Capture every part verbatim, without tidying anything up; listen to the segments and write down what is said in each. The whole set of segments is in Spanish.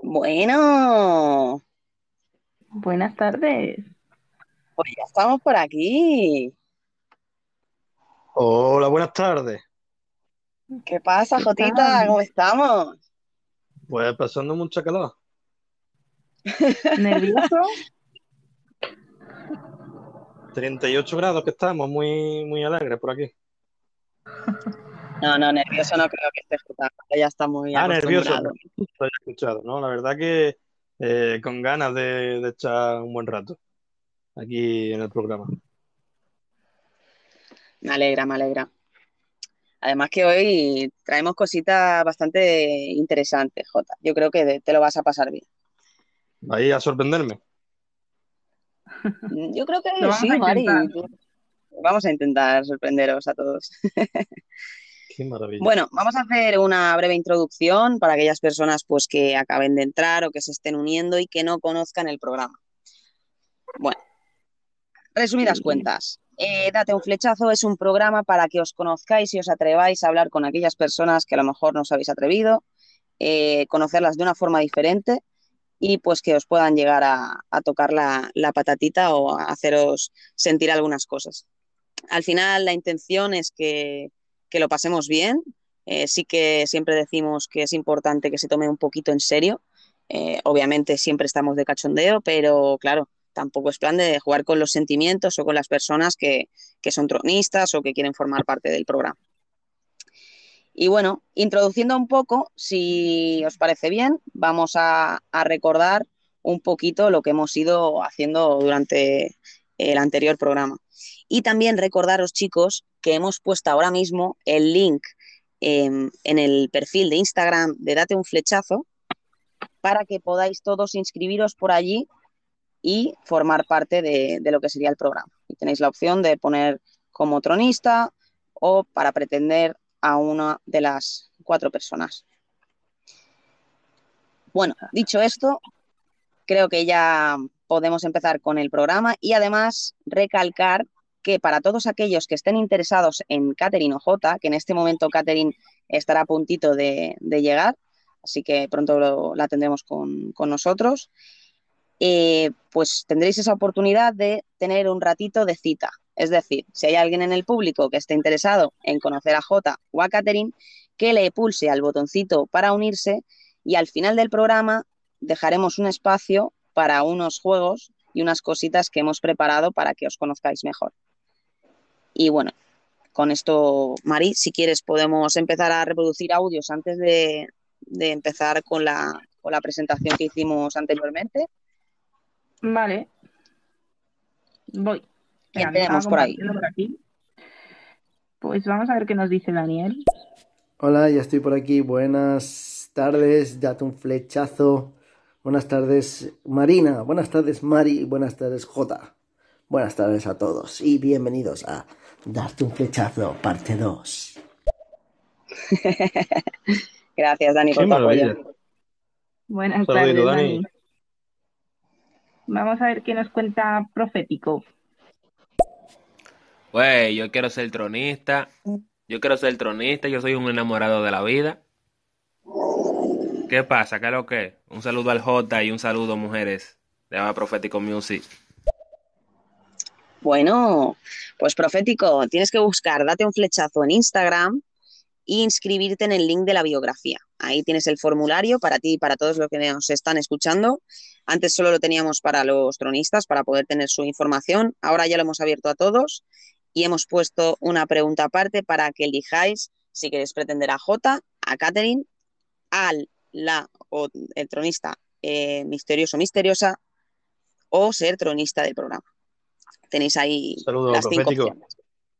Bueno, Buenas tardes. pues ya estamos por aquí. Hola, buenas tardes. ¿Qué pasa, ¿Qué Jotita? tal? ¿Cómo estamos? Pues pasando mucha calor. ¿Nervioso? treinta y ocho grados que estamos, muy, muy alegres por aquí. No, no, nervioso no creo que esté Jota. Ya está muy Ah, nervioso, acostumbrado. perdón, no lo había escuchado, ¿no? La verdad que eh, con ganas de, de echar un buen rato aquí en el programa. Me alegra, me alegra. Además que hoy traemos cositas bastante interesantes, Jota. Yo creo que te lo vas a pasar bien. ¿Vais a sorprenderme? Yo creo Lo que vamos sí, a intentar. Mari. Vamos a intentar sorprenderos a todos. Qué maravilla. Bueno, vamos a hacer una breve introducción para aquellas personas pues, que acaben de entrar o que se estén uniendo y que no conozcan el programa. Bueno, resumidas Sí. cuentas, eh, Date un flechazo es un programa para que os conozcáis y os atreváis a hablar con aquellas personas que a lo mejor no os habéis atrevido, eh, conocerlas de una forma diferente y pues que os puedan llegar a, a tocar la, la patatita o a haceros sentir algunas cosas. Al final la intención es que, que lo pasemos bien. Eh, sí que siempre decimos que es importante que se tome un poquito en serio. Eh, obviamente siempre estamos de cachondeo, pero claro, tampoco es plan de jugar con los sentimientos o con las personas que, que son tronistas o que quieren formar parte del programa. Y bueno, introduciendo un poco, si os parece bien, vamos a, a recordar un poquito lo que hemos ido haciendo durante el anterior programa. Y también recordaros, chicos, que hemos puesto ahora mismo el link eh, en el perfil de Instagram de Date un Flechazo para que podáis todos inscribiros por allí y formar parte de, de lo que sería el programa. Y tenéis la opción de poner como tronista o para pretender a una de las cuatro personas. Bueno, dicho esto, creo que ya podemos empezar con el programa y además recalcar que para todos aquellos que estén interesados en Catherine o J, que en este momento Catherine estará a puntito de, de llegar, así que pronto lo, la tendremos con, con nosotros, eh, pues tendréis esa oportunidad de tener un ratito de cita. Es decir, si hay alguien en el público que esté interesado en conocer a J o a Catherine, que le pulse al botoncito para unirse y al final del programa dejaremos un espacio para unos juegos y unas cositas que hemos preparado para que os conozcáis mejor. Y bueno, con esto, Mari, si quieres podemos empezar a reproducir audios antes de, de empezar con la, con la presentación que hicimos anteriormente. Vale, voy. ¿Quién Mira, que estaba tenemos por ahí? compartiendo por aquí. Pues vamos a ver qué nos dice Daniel. Hola, ya estoy por aquí. Buenas tardes, date un flechazo. Buenas tardes, Marina. Buenas tardes, Mari. Buenas tardes, Jota. Buenas tardes a todos y bienvenidos a Darte un flechazo, parte dos. Gracias, Dani, Qué por tu apoyo. maravilla. Un Buenas saludito, tardes, Dani. Dani. Vamos a ver qué nos cuenta Profético. Güey, yo quiero ser tronista. Yo quiero ser tronista. Yo soy un enamorado de la vida. ¿Qué pasa? ¿Qué es lo que? Un saludo al J y un saludo, mujeres. De Llama Profético Music. Bueno, pues profético, tienes que buscar, date un flechazo en Instagram e inscribirte en el link de la biografía. Ahí tienes el formulario para ti y para todos los que nos están escuchando. Antes solo lo teníamos para los tronistas, para poder tener su información. Ahora ya lo hemos abierto a todos y hemos puesto una pregunta aparte para que elijáis si queréis pretender a J, a Catherine, al la o el tronista eh, misterioso misteriosa o ser tronista del programa. Tenéis ahí Saludo las cinco profético. opciones.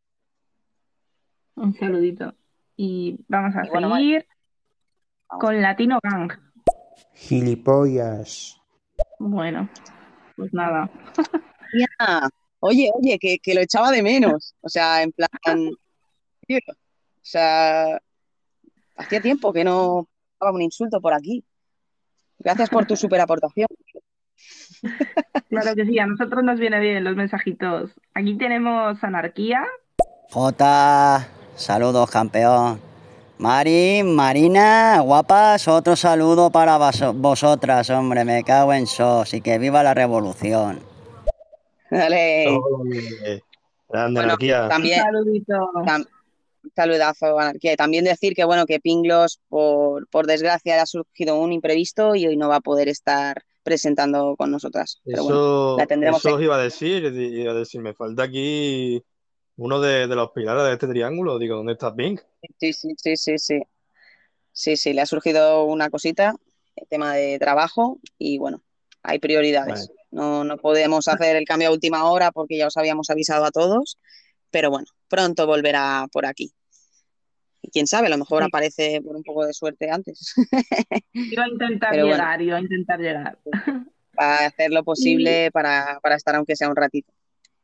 Un saludito. Y vamos a Y bueno, Mari, seguir vamos con allá. Latino Gang. Gilipollas. Bueno, pues nada. Ya. Oye, oye, que, que lo echaba de menos. O sea, en plan, tío, o sea, hacía tiempo que no daba un insulto por aquí. Gracias por tu super aportación. Claro que sí, a nosotros nos viene bien los mensajitos. Aquí tenemos Anarquía. Jota, saludos campeón. Mari, Marina, guapas, otro saludo para vaso- vosotras, hombre, me cago en sos y que viva la revolución. Dale. Ole, grande Bueno, anarquía. también, Saluditos. tam- saludazo, Anarquía. Y también decir que, bueno, que Pinglos, por, por desgracia, le ha surgido un imprevisto y hoy no va a poder estar presentando con nosotras. Pero bueno, la Eso, tendremos eso en... os iba a decir, iba a decir, me falta aquí uno de, de los pilares de este triángulo. Digo, ¿dónde está Pink? Sí, sí, sí, sí, sí. Sí, sí, le ha surgido una cosita, el tema de trabajo y bueno, hay Bueno, prioridades. No, no podemos hacer el cambio a última hora porque ya os habíamos avisado a todos, pero bueno, pronto volverá por aquí. Y quién sabe, a lo mejor Sí, aparece por un poco de suerte antes. iba a intentar Pero bueno, llegar, iba a intentar llegar. para hacer lo Y posible para, para estar aunque sea un ratito.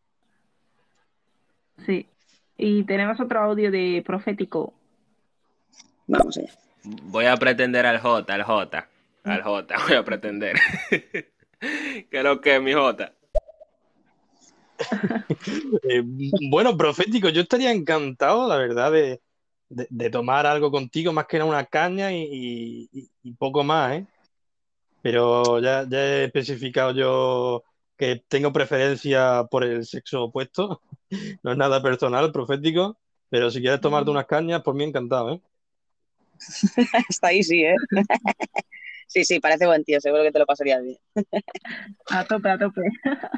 sí, y tenemos otro audio de Profético. Vamos allá. Voy a pretender al J, al J, al J, voy a pretender. ¿Qué es lo que es mi J? eh, bueno, profético, yo estaría encantado, la verdad, de, de- de tomar algo contigo, más que nada una caña y, y- y poco más, ¿eh? Pero ya, ya he especificado yo que tengo preferencia por el sexo opuesto. No es nada personal, profético, pero si quieres tomarte unas cañas, por mí encantado, ¿eh? Hasta ahí sí, ¿eh? Sí, sí, parece buen tío, seguro que te lo pasarías bien. A tope, a tope.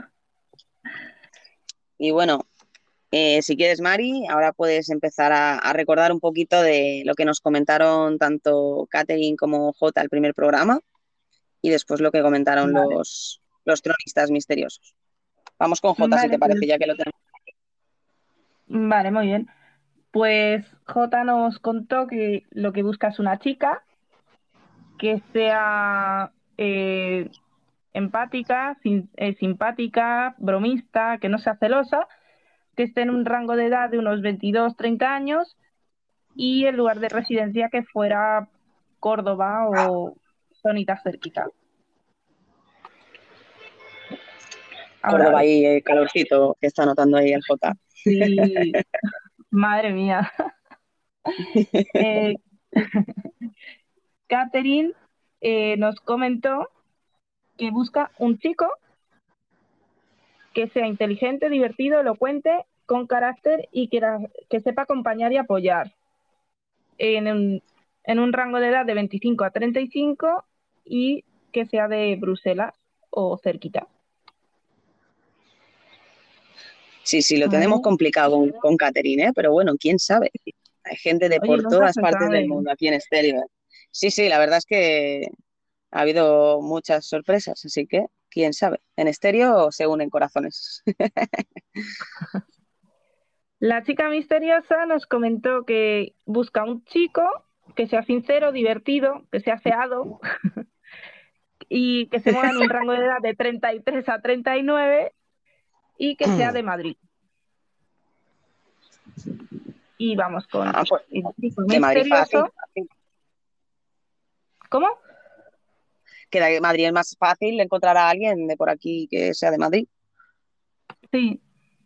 Y bueno, Eh, si quieres, Mari, ahora puedes empezar a, a recordar un poquito de lo que nos comentaron tanto Catherine como Jota el primer programa y después lo que comentaron Vale, los, los tronistas misteriosos. Vamos con Jota, si te vale, pues, parece, ya que lo tenemos. vale, muy bien. Pues J nos contó que lo que busca es una chica que sea eh, empática, sim- eh, simpática, bromista, que no sea celosa, que esté en un rango de edad de unos veintidós treinta años y el lugar de residencia que fuera Córdoba o zonitas cerquita. Ahora, Córdoba y eh, calorcito que está notando ahí el Jota. sí, madre mía. Eh, Catherine eh, nos comentó que busca un chico que sea inteligente, divertido, elocuente, con carácter y que, la- que sepa acompañar y apoyar en un, en un rango de edad de veinticinco a treinta y cinco y que sea de Bruselas o cerquita. Sí, sí, lo tenemos Vale. complicado con, con Catherine, ¿eh? Pero bueno, quién sabe. Hay gente de Oye, por nunca todas se partes del sabe. mundo aquí en Estéreo. ¿eh? Sí, sí, la verdad es que ha habido muchas sorpresas, así que quién sabe. En estéreo se unen corazones. La chica misteriosa nos comentó que busca un chico que sea sincero, divertido, que sea aseado y que se mueva en un rango de edad de treinta y tres a treinta y nueve y que sea de Madrid. Y vamos con Ah, pues el chico de Madrid fácil. misterioso. ¿Cómo? Que de Madrid es más fácil encontrar a alguien de por aquí que sea de Madrid. Sí.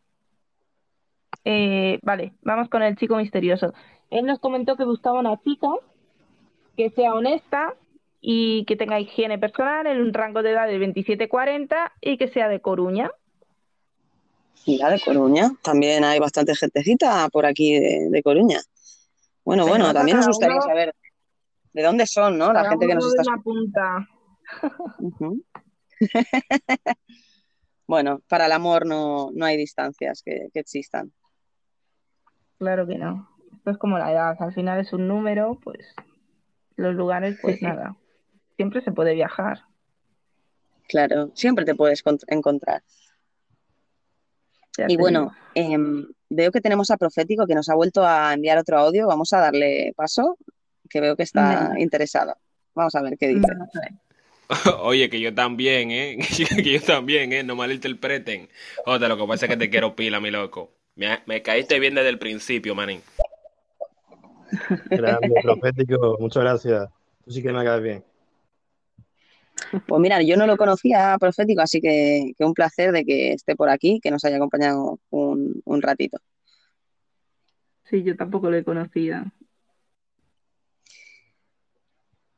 Eh, vale, vamos con el chico misterioso. Él nos comentó que buscaba una chica que sea honesta y que tenga higiene personal en un rango de edad de veintisiete a cuarenta y que sea de Coruña. Mira, de Coruña. También hay bastante gentecita por aquí de, de Coruña. Bueno, bueno, Tenemos a también nos cada gustaría uno, saber de dónde son, ¿no? La cada gente que nos uno de está una escuchando. punta. Ujú. Bueno, para el amor no, no hay distancias que, que existan. Claro que no. Esto es como la edad, al final es un número, pues los lugares, pues nada. Siempre se puede viajar. Claro, siempre te puedes cont- encontrar. Ya Y te digo. bueno, em, veo que tenemos a Profético que nos ha vuelto a enviar otro audio. Vamos a darle paso, que veo que está Venga, interesado. Vamos a ver qué dice. vamos a ver. Oye, que yo también, ¿eh? Que yo también, ¿eh? No malinterpreten. Joder, lo que pasa es que te quiero pila, mi loco. Me, me caíste bien desde el principio, manín. Grande, profético, muchas gracias. Tú sí que me caes bien. Pues mira, yo no lo conocía a Profético, así que, que un placer de que esté por aquí, que nos haya acompañado un, un ratito. Sí, yo tampoco lo he conocido.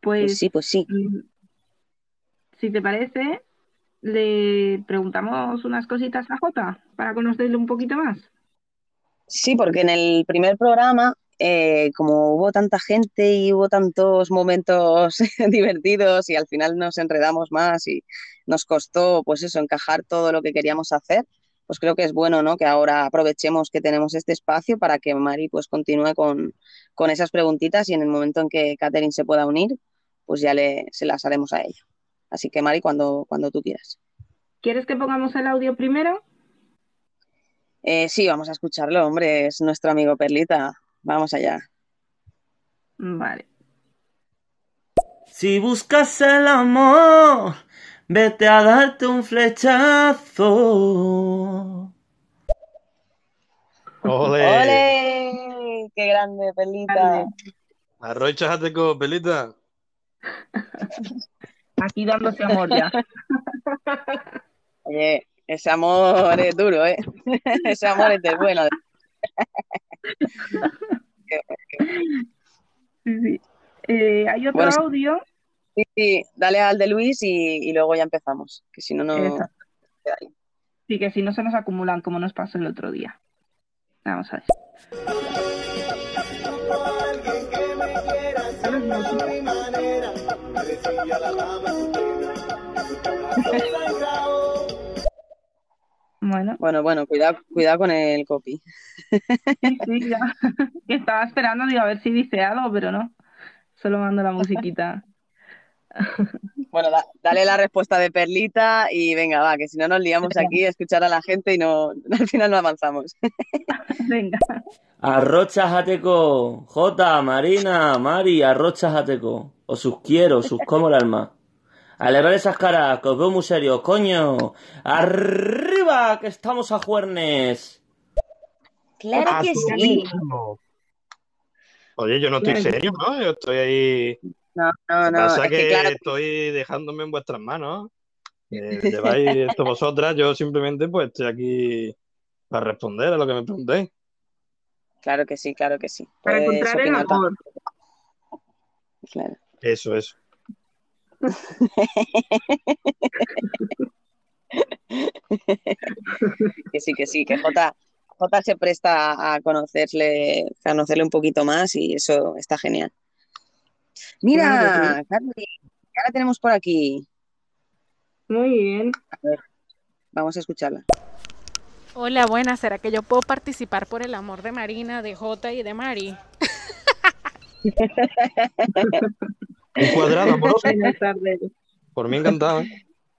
Pues Pues, sí, pues sí. mm, si te parece, le preguntamos unas cositas a Jota para conocerle un poquito más. Sí, porque en el primer programa, eh, como hubo tanta gente y hubo tantos momentos divertidos y al final nos enredamos más y nos costó, pues eso, encajar todo lo que queríamos hacer, pues creo que es bueno, ¿no? Que ahora aprovechemos que tenemos este espacio para que Mari pues continúe con, con esas preguntitas y en el momento en que Catherine se pueda unir, pues ya le, se las haremos a ella. Así que Mari, cuando, cuando tú quieras. ¿Quieres que pongamos el audio primero? Eh, sí, vamos a escucharlo, hombre, es nuestro amigo Perlita. Vamos allá. Vale. Si buscas el amor, vete a darte un flechazo. ¡Ole! ¡Ole! ¡Qué grande, Perlita! Vale. Arroz y chajateco, Pelita. Aquí dándose amor ya. Oye, ese amor es duro, ¿eh? Ese amor es del bueno. Sí, sí. Eh, hay otro Bueno, sí, audio. sí, dale al de Luis y, y luego ya empezamos, que si no, no Exacto. queda ahí. Sí, que si no se nos acumulan como nos pasó el otro día. Vamos a ver. Bueno, Bueno, bueno, cuidado, cuidado con el copy. sí, sí, ya. Estaba esperando, digo, a ver si dice algo, pero no. Solo mando la musiquita. Bueno, da- dale la respuesta de Perlita y venga, va, que si no nos liamos aquí a escuchar a la gente y no, al final no avanzamos. Venga. Arroz chajateco. Jota, Marina, Mari, arroz chajateco. Os sus quiero, sus como el alma. Alegrar esas caras, que os veo muy serios, coño. ¡Arriba, que estamos a juernes! Claro ¡A que tu sí. ritmo! Oye, yo no estoy Claro que serio, ¿no? Yo estoy ahí. No, Lo no, que no, pasa es es que que claro, estoy dejándome en vuestras manos. Eh, lleváis esto vosotras, yo simplemente pues estoy aquí para responder a lo que me preguntéis. claro que sí, claro que sí. para Puedes encontrar el opinar amor. también, claro. Eso, eso. Que sí, que sí, que Jota, Jota se presta a conocerle, a conocerle un poquito más y eso está genial. Claro que sí. Mira, Carly, ¿qué ahora tenemos por aquí? Muy bien. A ver, vamos a escucharla. Hola, buenas. ¿Será que yo puedo participar por el amor de Marina, de Jota y de Mari? Un cuadrado amoroso. Buenas tardes. Por mí encantado, ¿eh?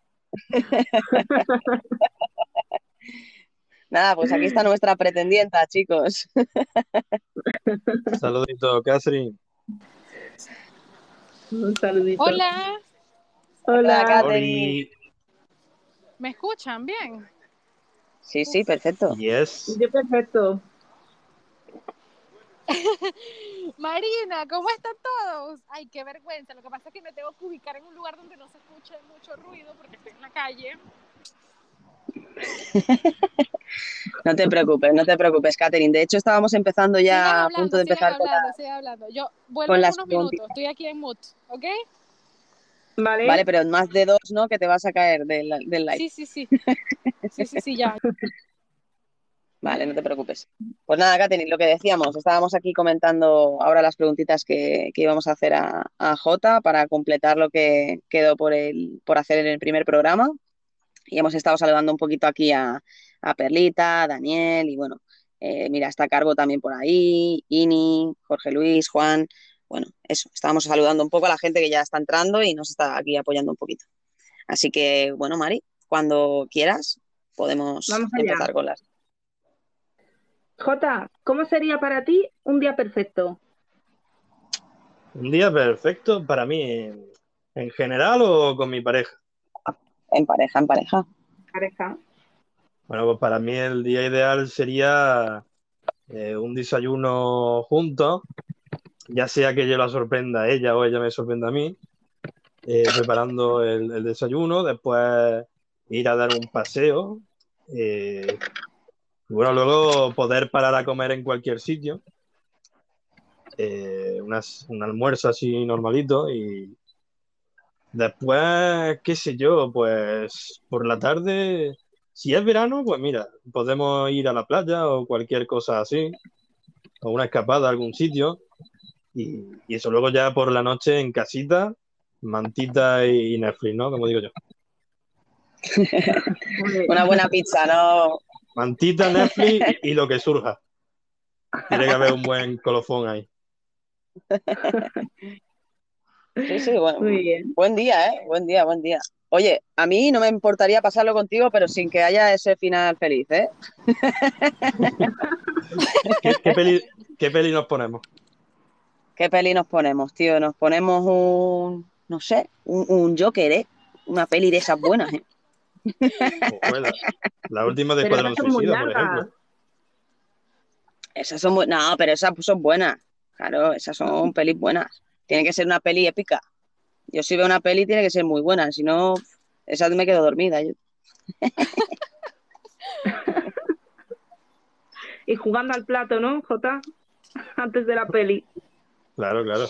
Nada, pues aquí está nuestra pretendienta, chicos. Saludito, Catherine. Un saludito. Hola, Hola, Hola. Catherine. Oli. ¿me escuchan bien? Sí, sí, perfecto. Yes. Yo perfecto. Marina, ¿cómo están todos? Ay, qué vergüenza. Lo que pasa es que me tengo que ubicar en un lugar donde no se escuche mucho ruido porque estoy en la calle. No te preocupes, no te preocupes, Catherine. De hecho, estábamos empezando Sigan ya a punto hablando, de sigan empezar con, la- hablando, sigan hablando. Yo vuelvo con en las unos preguntitas. minutos. Estoy aquí en mood, ¿ok? Vale. Vale, pero más de dos, ¿no? Que te vas a caer del, del live. Sí, sí, sí. Sí, sí, sí, ya. Vale, no te preocupes. Pues nada, Catherine, lo que decíamos, estábamos aquí comentando ahora las preguntitas que, que íbamos a hacer a, a Jota para completar lo que quedó por, el, por hacer en el primer programa. Y hemos estado saludando un poquito aquí a, a Perlita, a Daniel y bueno, eh, mira, está Cargo también por ahí, Ini, Jorge Luis, Juan. Bueno, eso, estábamos saludando un poco a la gente que ya está entrando y nos está aquí apoyando un poquito. Así que, bueno, Mari, cuando quieras podemos Vamos allá. empezar con las... Jota, ¿cómo sería para ti un día perfecto? Un día perfecto para mí, en, en general o con mi pareja. En pareja, en pareja. Pareja. Bueno, pues para mí el día ideal sería eh, un desayuno juntos, ya sea que yo la sorprenda a ella o ella me sorprenda a mí, eh, preparando el, el desayuno, después ir a dar un paseo, eh, y bueno, luego poder parar a comer en cualquier sitio. eh, unas- un almuerzo así normalito y después, qué sé yo, pues por la tarde, si es verano, pues mira, podemos ir a la playa o cualquier cosa así, o una escapada a algún sitio y, y eso luego ya por la noche en casita, mantita y Netflix, ¿no? Como digo yo. Una buena pizza, ¿no? Mantita, Netflix y, y lo que surja. Tiene que haber un buen colofón ahí. Sí, sí, bueno, Muy bien. buen día, ¿eh? Buen día, buen día. Oye, a mí no me importaría pasarlo contigo, pero sin que haya ese final feliz, ¿eh? ¿Qué, qué peli, qué peli nos ponemos? ¿Qué peli nos ponemos, tío? Nos ponemos un, no sé, un, un Joker, ¿eh? Una peli de esas buenas, ¿eh? Pues, la, la última de Pero esas Escuadrón son muy Suicida, por ejemplo. largas. Esas son buenas. No, pero esas son buenas. Claro, esas son pelis buenas. Tiene que ser una peli épica. Yo si veo una peli tiene que ser muy buena, si no, esa me quedo dormida. Yo. Y jugando al plato, ¿no, Jota? Antes de la peli. Claro, claro.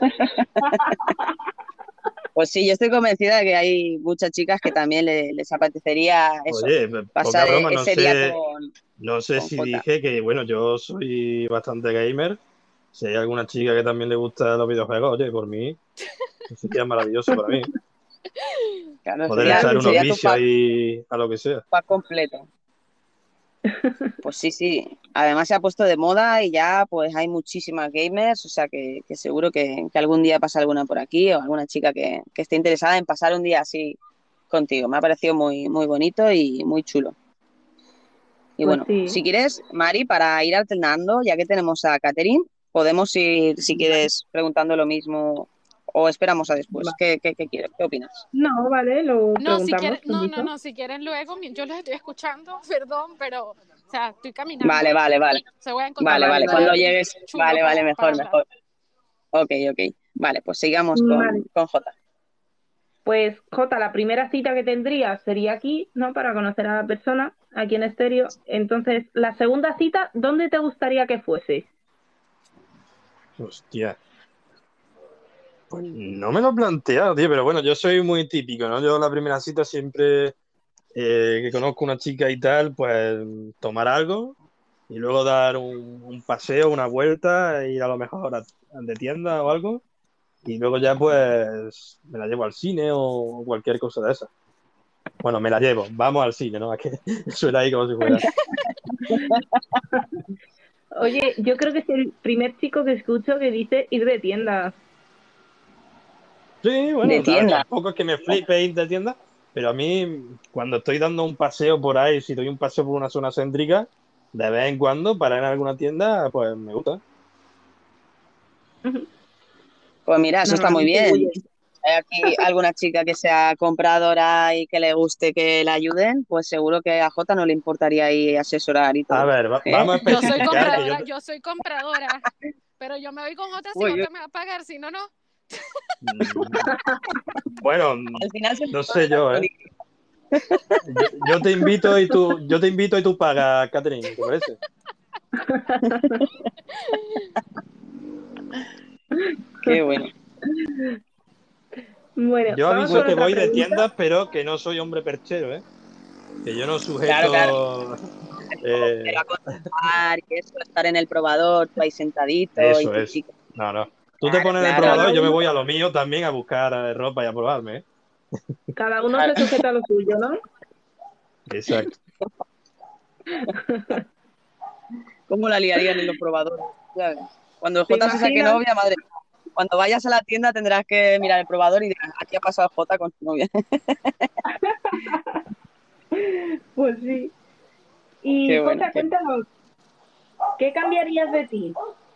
Pues sí, yo estoy convencida de que hay muchas chicas que también le- les apetecería eso, Oye, poca pasar e- broma, no ese día sé, con, no sé con si Jota. dije que, bueno, yo soy bastante gamer. Si hay alguna chica que también le gusta los videojuegos, oye, por mí, eso sería maravilloso para mí. Claro, Poder sería, Claro echar que unos sí. sería tu vicios pack, ahí a lo que sea. pack completo. Pues sí, sí. Además se ha puesto de moda y ya pues hay muchísimas gamers, o sea que, que seguro que, que algún día pasa alguna por aquí o alguna chica que, que esté interesada en pasar un día así contigo. Me ha parecido muy, muy bonito y muy chulo. Y Pues bueno, sí. si quieres, Mari, para ir alternando, ya que tenemos a Catherine, podemos ir, si quieres, preguntando lo mismo o esperamos a después. Va- ¿Qué, qué, qué quieres? ¿Qué opinas? No, vale, lo No, si preguntamos quieren, un no, no, poquito. no, si quieren luego, mi- yo los estoy escuchando, perdón, pero, o sea, estoy caminando. Vale, vale, vale. Se voy a Ah, encontrar Vale, un vale, vale. vale. Cuando lugar llegues, chulo vale, vale, para, para mejor, hablar. mejor. Ok, ok. Vale, pues sigamos Vale. con, con Jota. Pues, Jota, la primera cita que tendría sería aquí, ¿no? Para conocer a la persona, aquí en estéreo. Entonces, la segunda cita, ¿dónde te gustaría que fuese? Hostia. Pues no me lo he planteado, tío, pero bueno, yo soy muy típico, ¿no? Yo la primera cita siempre eh, que conozco una chica y tal, pues tomar algo y luego dar un, un paseo, una vuelta, ir a lo mejor a, de tienda o algo y luego ya pues me la llevo al cine o cualquier cosa de esa. Bueno, me la llevo, vamos al cine, ¿no? Es que suena ahí como si fuera. Oye, yo creo que es el primer chico que escucho que dice ir de tiendas. Sí, De bueno, ta- tienda. tampoco es que me flipe ir de tienda, pero a mí cuando estoy dando un paseo por ahí, si doy un paseo por una zona céntrica, de vez en cuando para ir a alguna tienda, pues me gusta. Pues mira, eso está muy Normalmente bien. huyen. Hay aquí alguna chica que sea compradora y que le guste que la ayuden, pues seguro que a Jota no le importaría ir a asesorar y A todo. ver, va- ¿Eh? vamos a Yo soy especificar que yo... compradora, yo soy compradora, pero yo me voy con otra si Uy, uy. Jota me va a pagar, si no, no. Mm, Bueno, Al final se no sé yo, ¿eh? peligro. Yo, yo te invito y tú, yo te invito y tú pagas, Catherine, ¿te parece? Qué bueno. Bueno, Yo vamos aviso con que otra voy de pregunta. tiendas, pero que no soy hombre perchero, ¿eh? Que yo no Claro, claro. sujeto... eh, Pero aconsejar y eso, estar en el probador, tú ahí sentadito y Eso tu es. chica. No, no. Tú te Claro, pones en el claro. probador Cada y yo me uno, voy a lo mío también a buscar eh, ropa y a probarme, ¿eh? cada uno Claro. se sujeta a lo suyo, ¿no? Exacto. ¿Cómo la liarían en los probadores? Ya ves. Cuando el ¿Te Jota se saque imaginas? novia, madre mía. Cuando vayas a la tienda tendrás que mirar el probador y dirás, aquí ha pasado el Jota con su novia. Pues sí. Y Qué bueno. Jota, Qué... cuéntanos, ¿qué cambiarías de ti?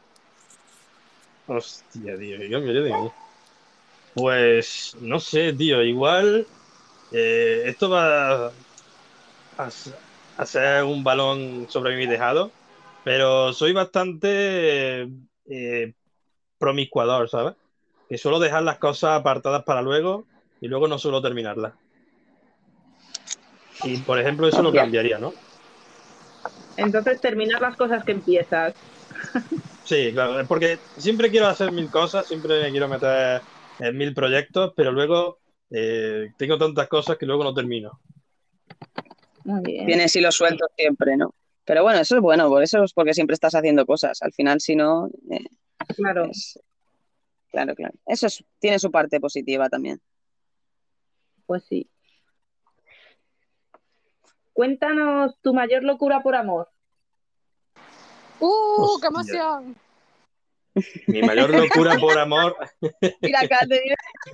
Hostia, tío, ¿qué cambio yo de mí? Pues no sé, tío, igual eh, esto va a, s- a ser un balón sobre mi tejado, pero soy bastante eh, promiscuador, ¿sabes? Que suelo dejar las cosas apartadas para luego y luego no suelo terminarlas. Y por ejemplo, eso lo Hostia. cambiaría, ¿no? Entonces terminar las cosas que empiezas. Sí, claro, es porque siempre quiero hacer mil cosas, siempre me quiero meter en mil proyectos, pero luego eh, tengo tantas cosas que luego no termino. Muy bien. Tienes hilos sueltos siempre, ¿no? Pero bueno, eso es bueno, por eso es porque siempre estás haciendo cosas. Al final, si no, eh, Claro, es... Claro, claro. Eso es- tiene su parte positiva también. pues sí. Cuéntanos tu mayor locura por amor. ¡Uh, qué Hostia. emoción! Mi mayor locura por amor. Mira, Catherine,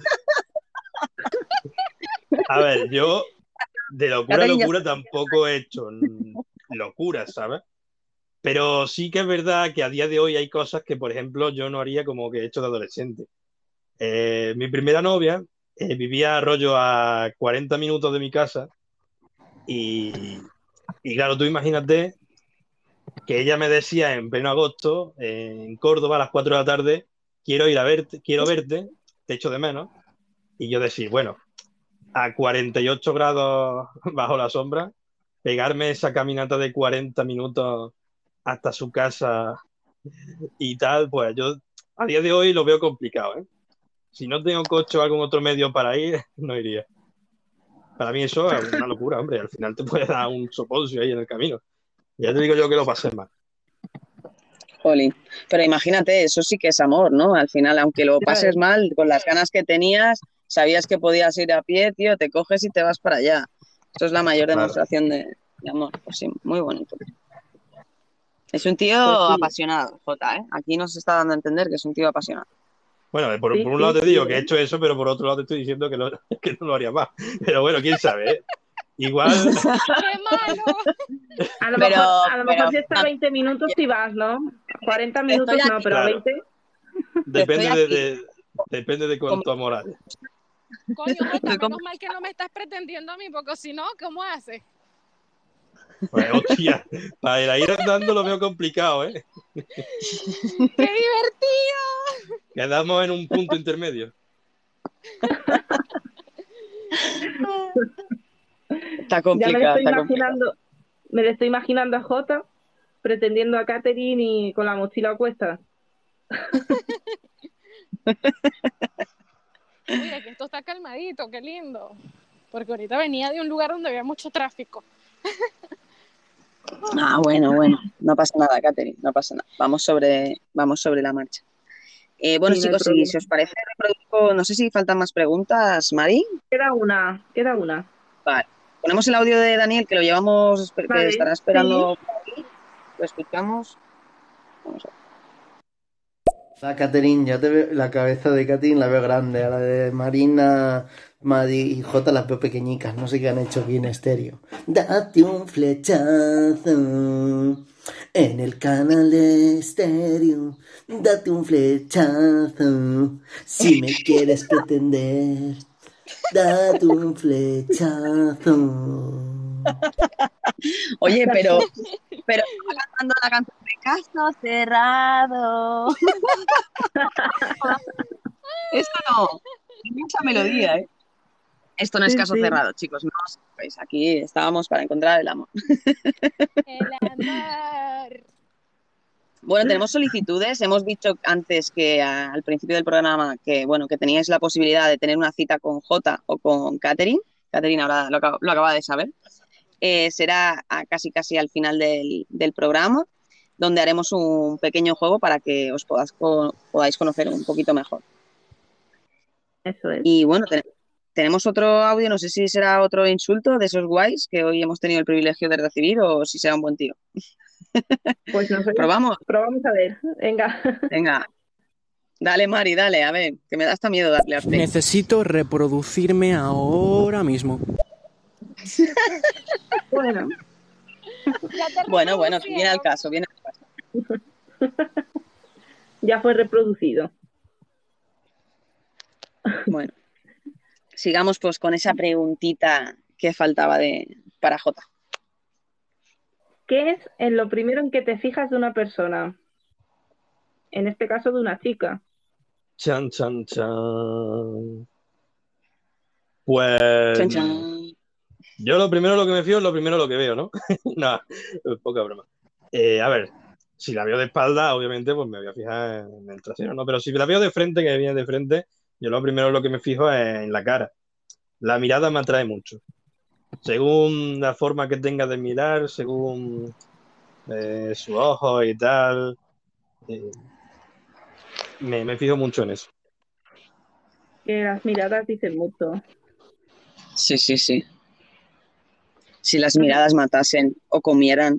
A ver, yo de locura a Catherine ya locura tampoco he hecho mm, locuras, ¿sabes? Pero sí que es verdad que a día de hoy hay cosas que, por ejemplo, yo no haría como que he hecho de adolescente. Eh, mi primera novia eh, vivía rollo a cuarenta minutos de mi casa y, y claro, tú imagínate que ella me decía en pleno agosto, en Córdoba, a las cuatro de la tarde, quiero ir a verte, quiero verte, te echo de menos. Y yo decir, bueno, a cuarenta y ocho grados bajo la sombra, pegarme esa caminata de cuarenta minutos hasta su casa y tal, pues yo a día de hoy lo veo complicado, ¿eh? Si no tengo coche o algún otro medio para ir, no iría. Para mí eso es una locura, hombre. Al final te puede dar un soponcio ahí en el camino. Ya te digo yo que lo pasé mal. Jolín. Pero imagínate, eso sí que es amor, ¿no? Al final, aunque lo Ya pases ves. mal, con las ganas que tenías, sabías que podías ir a pie, tío, te coges y te vas para allá. Eso es la mayor Claro. demostración de, de amor. Pues sí, muy bonito. Es un tío Pues sí. apasionado, Jota, ¿eh? Aquí nos está dando a entender que es un tío apasionado. Bueno, por, Sí, por un sí, lado te sí, digo que he ¿eh? hecho eso, pero por otro lado te estoy diciendo que, lo- que no lo haría más. Pero bueno, quién sabe, ¿eh? Igual, ¡Qué malo! A lo Pero, mejor, a lo pero mejor si está a veinte minutos si vas, ¿no? cuarenta estoy minutos no, aquí, pero a claro, veinte. estoy depende de, aquí. de- depende de Como- cuánto amor haya. Coño, Jota, estoy como- menos mal que no me estás pretendiendo a mí, porque si no, ¿cómo haces? Pues hostia, para ir andando lo veo complicado, ¿eh? ¡Qué divertido! Quedamos en un punto intermedio. Está Ya me lo complicado, estoy está complicado. imaginando, me lo estoy imaginando a Jota pretendiendo a Catherine y con la mochila a cuestas. Oye, que esto está calmadito, qué lindo. Porque ahorita venía de un lugar donde había mucho tráfico. Ah, bueno, bueno, no pasa nada, Catherine, no pasa nada. Vamos sobre, vamos sobre la marcha. Eh, bueno, Sí, no hay chicos, si, problema. si os parece, reproduzco, no sé si faltan más preguntas, Mari. Queda una, queda una. Vale. Ponemos el audio de Daniel, que lo llevamos, esper- que Vale, estará sí. esperando por aquí. Lo escuchamos. Vamos a ver. La Catherine, ya te veo, la cabeza de Catherine la veo grande, a la de Marina, Madi y Jota las veo pequeñicas, no sé qué han hecho aquí en estéreo. Date un flechazo en el canal de estéreo, date un flechazo si me quieres pretender, date un flechazo. Oye, pero, pero estaba cantando la canción de Caso Cerrado. Esto no, mucha melodía, ¿eh? Esto no es Sí, caso sí. cerrado, chicos, no os preocupéis. Aquí estábamos para encontrar el amor. El amor. Bueno, tenemos solicitudes. Hemos dicho antes que a- al principio del programa que, bueno, que teníais la posibilidad de tener una cita con Jota o con Catherine. Catherine ahora lo, acaba- lo acaba de saber. Eh, será a casi casi al final del, del programa, donde haremos un pequeño juego para que os podáis, co- podáis conocer un poquito mejor. Eso es. Y bueno, te- tenemos otro audio, no sé si será otro insulto de esos guays que hoy hemos tenido el privilegio de recibir o si será un buen tío. Pues no sé. ¿Probamos? Probamos a ver. Venga. Venga. Dale, Mari, dale, a ver, que me da hasta miedo darle al play. Necesito reproducirme ahora mismo. Bueno, Ya te Bueno, bueno, que viene al reproducieron. caso, viene al caso. ya fue reproducido. Bueno, sigamos pues con esa preguntita que faltaba de para Jota. ¿Qué es en lo primero en que te fijas de una persona? En este caso de una chica. Chan, chan, chan. Pues Chan, chan. yo lo primero lo que me fío es lo primero lo que veo, ¿no? No, poca broma. Eh, a ver, Si la veo de espalda, obviamente, pues me voy a fijar en el trasero, ¿no? Pero si la veo de frente, que viene de frente, yo lo primero lo que me fijo es en la cara. La mirada me atrae mucho. Según la forma que tenga de mirar, según eh, sus ojos y tal, eh, me, me fijo mucho en eso. Que las miradas dicen mucho. Sí, sí, sí. Si las miradas matasen o comieran.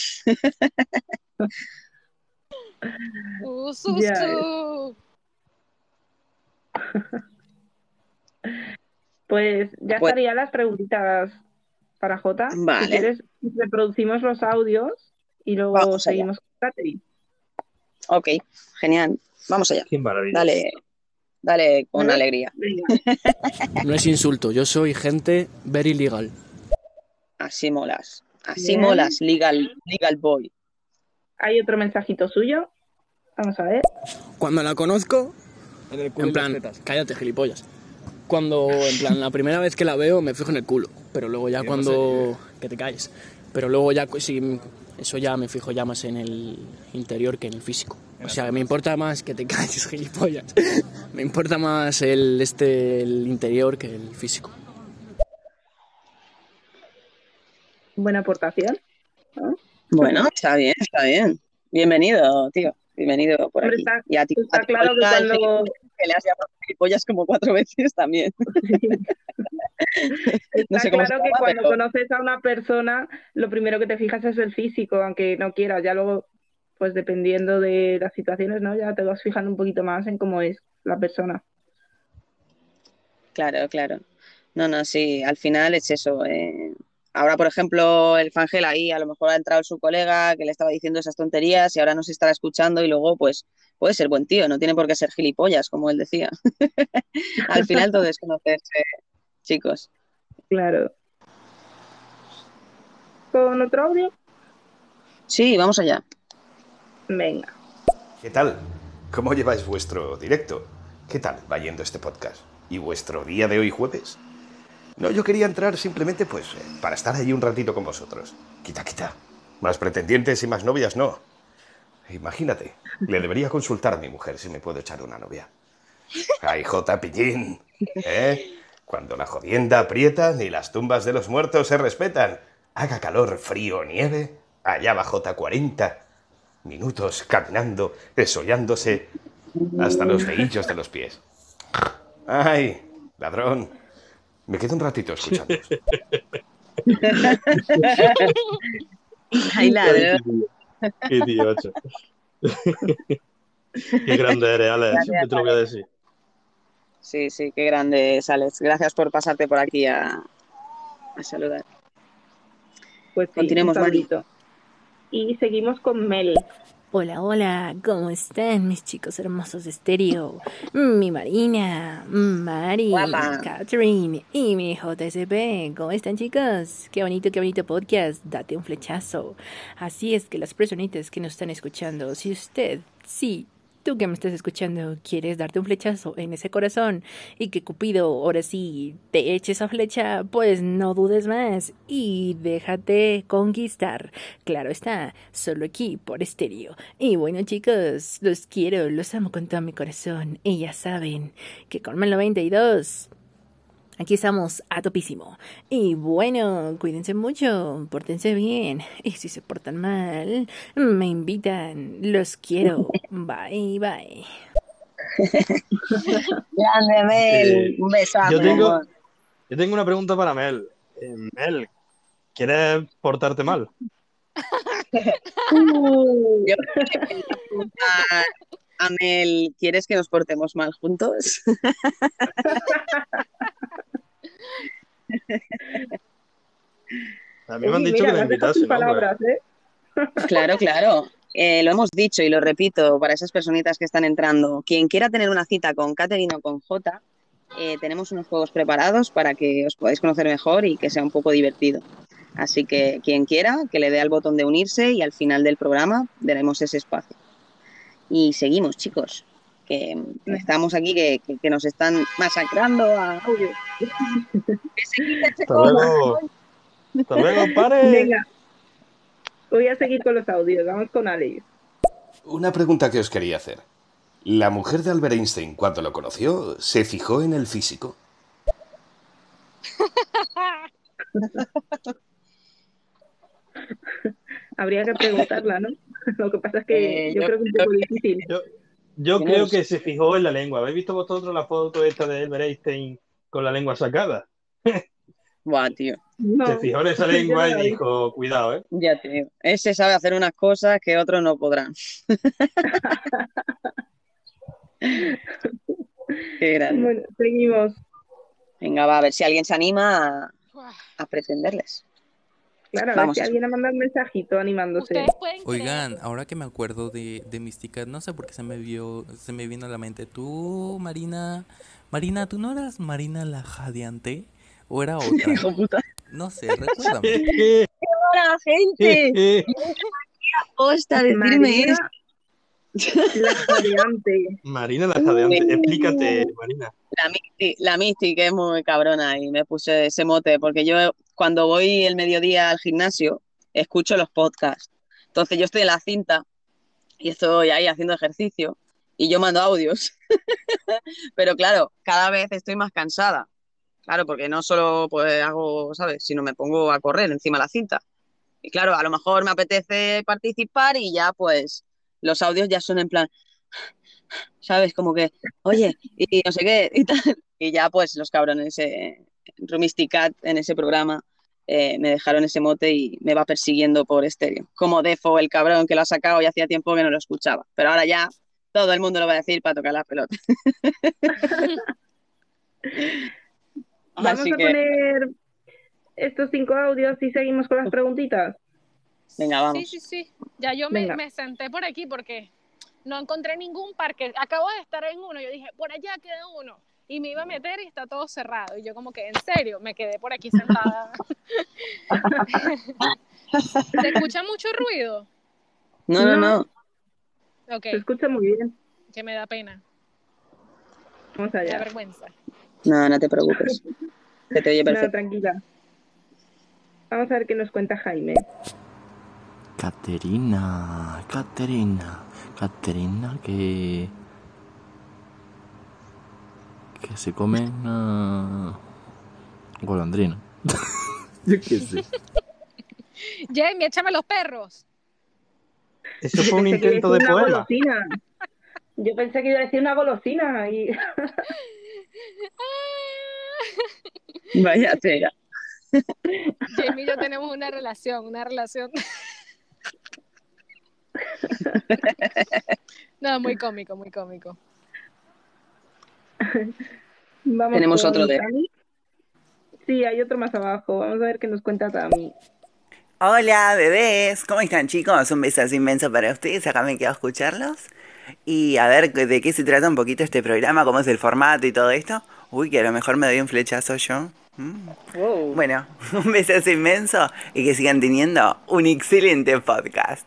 Uh, su, Ya su. Pues ya Pues, estarían las preguntitas para Jota. Si vale, quieres, reproducimos los audios y luego vamos allá. seguimos con Catherine. Ok, genial. Vamos allá. Qué maravilla. Dale, dale con ¿Vale? alegría. Venga. No es insulto, yo soy gente very legal. Así molas. Así Bien. molas, legal, legal boy. Hay otro mensajito suyo. Vamos a ver. Cuando la conozco, En el culo en y plan, las tetas. cállate, gilipollas. Cuando, en plan, la primera vez que la veo me fijo en el culo, pero luego ya Yo no cuando... que te calles. Pero luego ya, si eso ya me fijo ya más en el interior que en el físico. O sea, me importa más que te calles, gilipollas. Me importa más el, este, el interior que el físico. Buena aportación, ¿no? Bueno, está bien, está bien. Bienvenido, tío. Bienvenido por Hombre, aquí. está, Y a ti, a está ti, claro que Olga, el cuando... gilipollas, que le has llamado gilipollas como cuatro veces también. Está No sé cómo se claro que llama, cuando pero conoces a una persona, lo primero que te fijas es el físico, aunque no quieras. Ya luego, pues dependiendo de las situaciones, ¿no? Ya te vas fijando un poquito más en cómo es la persona. claro, claro. No, no, sí, al final es eso. eh. Ahora, por ejemplo, el Fangel ahí, a lo mejor ha entrado su colega que le estaba diciendo esas tonterías y ahora nos estará escuchando y luego, pues, puede ser buen tío, no tiene por qué ser gilipollas, como él decía. Al final todo es conocerse, chicos. Claro. ¿Con otro audio? Sí, vamos allá. Venga. ¿Qué tal? ¿Cómo lleváis vuestro directo? ¿Qué tal va yendo este podcast? ¿Y vuestro día de hoy jueves? No, yo quería entrar simplemente pues eh, para estar allí un ratito con vosotros. Quita, quita. Más pretendientes y más novias no. Imagínate, le debería consultar a mi mujer si me puedo echar una novia. Ay, J. Pillín, ¿eh? Cuando la jodienda aprieta, ni las tumbas de los muertos se respetan. Haga calor, frío o nieve, allá va J cuarenta minutos caminando, desollándose hasta los dedillos de los pies. Ay, ladrón. Me quedo un ratito escuchándoos. Ay, ladrón. Qué tío, macho. Qué grande eres, Alex. Gracias, Siempre te lo voy a decir. Sí, sí, qué grande es, Alex. Gracias por pasarte por aquí a, a saludar. Pues sí, Continuemos, un Mari. saludito. Y seguimos con Mel. Hola, hola, ¿cómo están mis chicos hermosos de estéreo? Mi Marina, Mari, Guapa. Catherine y mi J S P. ¿Cómo están, chicos? Qué bonito, qué bonito podcast. Date un flechazo. Así es que las personitas que nos están escuchando, si usted, sí, tú que me estás escuchando, quieres darte un flechazo en ese corazón y que Cupido ahora sí te eche esa flecha, pues no dudes más y déjate conquistar. Claro está, solo aquí por estéreo. Y bueno, chicos, los quiero, los amo con todo mi corazón y ya saben que con Mel noventa y dos aquí estamos a topísimo. Y bueno, cuídense mucho, pórtense bien. Y si se portan mal, me invitan. Los quiero. Bye, bye. Grande, Mel. Eh, Un besazo, yo, mi tengo, amor. yo tengo una pregunta para Mel. Eh, Mel, ¿quieres portarte mal? Uh, Yo creo que le voy a preguntar a Mel, ¿quieres que nos portemos mal juntos? A mí me han Oye, dicho mira, que la me has dejado invitase, sin ¿no? Pues, palabras, ¿eh? Claro, claro. Eh, lo hemos dicho y lo repito para esas personitas que están entrando. Quien quiera tener una cita con Catherine o con Jota, eh, tenemos unos juegos preparados para que os podáis conocer mejor y que sea un poco divertido. Así que quien quiera, que le dé al botón de unirse y al final del programa daremos ese espacio. Y seguimos, chicos, que estamos aquí, que, que, que nos están masacrando a audio. Que se quite ese hasta coma. luego. Hasta luego, pare. Venga, voy a seguir con los audios. Vamos con Alex. Una pregunta que os quería hacer. ¿La mujer de Albert Einstein, cuando lo conoció, se fijó en el físico? Habría que preguntarla, ¿no? Lo que pasa es que Eh, yo yo creo que es un creo poco que difícil. Yo, yo yo no creo lo sé. que se fijó en la lengua. ¿Habéis visto vosotros la foto esta de Albert Einstein con la lengua sacada? Buah, tío. Se No, fijó en esa yo no lengua y la vi. dijo, cuidado, ¿eh? Ya te digo. Ese sabe hacer unas cosas que otros no podrán. Qué grande. Bueno, seguimos. Venga, va a ver si alguien se anima a, Buah. a pretenderles. Claro, a ver Vamos si a alguien ha mandado un mensajito animándose. Ustedes pueden Oigan, creer. ahora que me acuerdo de, de mis tickets, no sé por qué se me vio, se me vino a la mente. Tú, Marina, Marina, ¿tú no eras Marina la Jadeante? ¿O era otra? Hijo puta. No sé, recuérdame. ¡Qué buena gente! Posta decirme Marina eso. la jadeante. Marina la jadeante. Uh. Explícate, Marina. La Misty, la Misty, que es muy cabrona, y me puse ese mote, porque yo cuando voy el mediodía al gimnasio, escucho los podcasts. Entonces yo estoy en la cinta y estoy ahí haciendo ejercicio y yo mando audios. Pero claro, cada vez estoy más cansada. Claro, porque no solo pues hago, ¿sabes? Sino me pongo a correr encima de la cinta. Y claro, a lo mejor me apetece participar y ya pues los audios ya son en plan, ¿sabes? Como que, oye, y no sé qué, y tal. Y ya pues los cabrones, eh, Rumisticat en ese programa, eh, me dejaron ese mote y me va persiguiendo por estéreo. Como Defo, el cabrón que lo ha sacado y hacía tiempo que no lo escuchaba. Pero ahora ya todo el mundo lo va a decir para tocar la pelota. Vamos Así a que, poner estos cinco audios y seguimos con las preguntitas. venga, Sí, vamos. sí, sí. Ya yo me, Venga. me senté por aquí porque no encontré ningún parque. Acabo de estar en uno. Yo dije, por allá queda uno. Y me iba a meter y está todo cerrado. Y yo como que, en serio, me quedé por aquí sentada. ¿Se escucha mucho ruido? No, no, no. Ok, Se escucha muy bien. que me da pena. Vamos Me da allá. vergüenza. No, no te preocupes. Se te oye No, perfecto. tranquila. Vamos a ver qué nos cuenta Jaime. Caterina, Caterina, Caterina que... que se come una golondrina. Yo qué sé. Jamie, échame los perros. Eso fue un Pensé que iba a intento de decir una poema. golosina. Yo pensé que iba a decir una golosina y... Vaya tela. Jamie y yo tenemos una relación, una relación. No, muy cómico, muy cómico. Vamos Tenemos con otro de... Tami. Sí, hay otro más abajo. Vamos a ver qué nos cuenta Tami. Hola bebés, ¿cómo están chicos? Un besazo inmenso para ustedes, acá me quedo a escucharlos. Y a ver de qué se trata un poquito este programa, cómo es el formato y todo esto. Uy, que a lo mejor me doy un flechazo yo. Mm. Wow. Bueno, un besazo inmenso y que sigan teniendo un excelente podcast.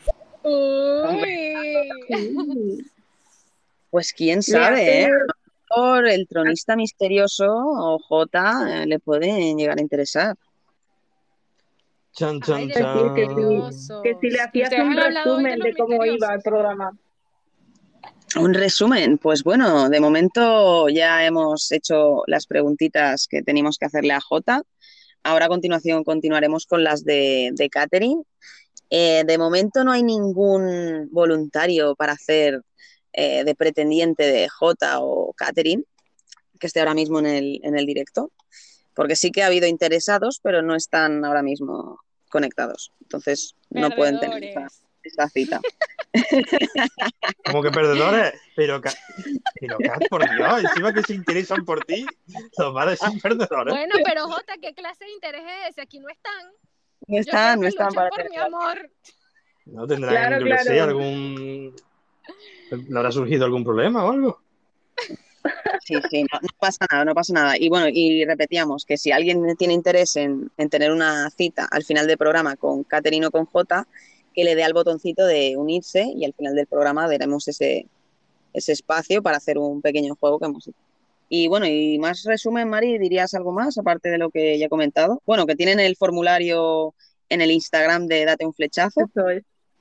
Uy. Pues quién Le sabe, hace... ¿eh? Por el tronista misterioso o J eh, le pueden llegar a interesar. Chan, Ay, chan, de Pues sí, que sí, misteriosos. que si le ¿Y hacías ustedes un han hablado hoy de resumen los de cómo iba el misteriosos? programa. Un resumen, pues bueno, de momento ya hemos hecho las preguntitas que teníamos que hacerle a J. Ahora a continuación continuaremos con las de, de Catherine. Eh, de momento no hay ningún voluntario para hacer eh, de pretendiente de J o Catherine que esté ahora mismo en el, en el directo, porque sí que ha habido interesados, pero no están ahora mismo conectados. Entonces no pueden tener esa, Perdedores. esa cita. ¿Cómo que perdedores? Pero, Ca- pero Cat, por Dios, encima que se interesan por ti, los van a decir perdedores. Bueno, pero Jota, ¿qué clase de interés es ese? Aquí no están. No Yo están, quiero no que están luchen para por mi tener. amor. ¿No tendrán, Claro, yo qué sé, claro. algún... ¿Le habrá surgido algún problema o algo? Sí, sí, no, no pasa nada, no pasa nada. Y bueno, y repetíamos que si alguien tiene interés en, en tener una cita al final del programa con Catherine o con J, que le dé al botoncito de unirse y al final del programa veremos ese, ese espacio para hacer un pequeño juego que hemos hecho. Y bueno, y más resumen, Mari, ¿dirías algo más aparte de lo que ya he comentado? Bueno, que tienen el formulario en el Instagram de Date un Flechazo Eso es.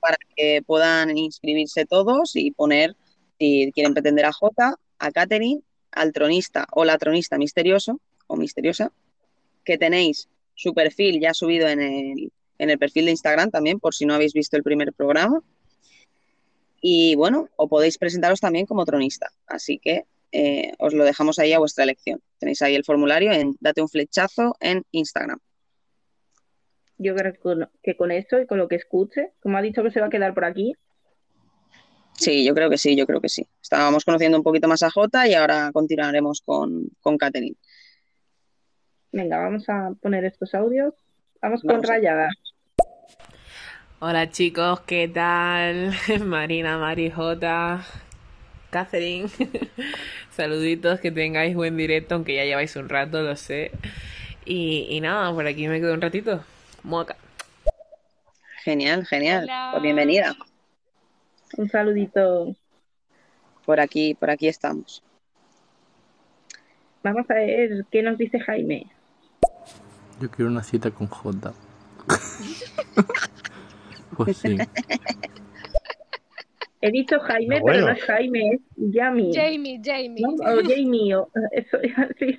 para que puedan inscribirse todos y poner, si quieren pretender a Jota, a Catherine, al tronista o la tronista misterioso o misteriosa, que tenéis su perfil ya subido en el, en el perfil de Instagram también, por si no habéis visto el primer programa. Y bueno, o podéis presentaros también como tronista. Así que eh, os lo dejamos ahí a vuestra elección. Tenéis ahí el formulario en Date un Flechazo en Instagram. Yo creo que con, que con esto y con lo que escuche, como ha dicho que se va a quedar por aquí. Sí, yo creo que sí, yo creo que sí. Estábamos conociendo un poquito más a Jota y ahora continuaremos con, con Catherine. Venga, vamos a poner estos audios. Vamos con Vamos a- Rayada. Hola chicos, ¿qué tal? Marina, Mari, Jota, Catherine. Saluditos, que tengáis buen directo, aunque ya lleváis un rato, lo sé. Y, y nada, por aquí me quedo un ratito. Muaca. Genial, genial. Hola. Pues bienvenida. Un saludito. Por aquí, por aquí estamos. Vamos a ver qué nos dice Jaime. Yo quiero una cita con Jota. Pues sí. He dicho Jaime, Ah, bueno. pero no es Jaime, es Yami. Jamie, Jamie. ¿No? O Jamie, o eso, sí.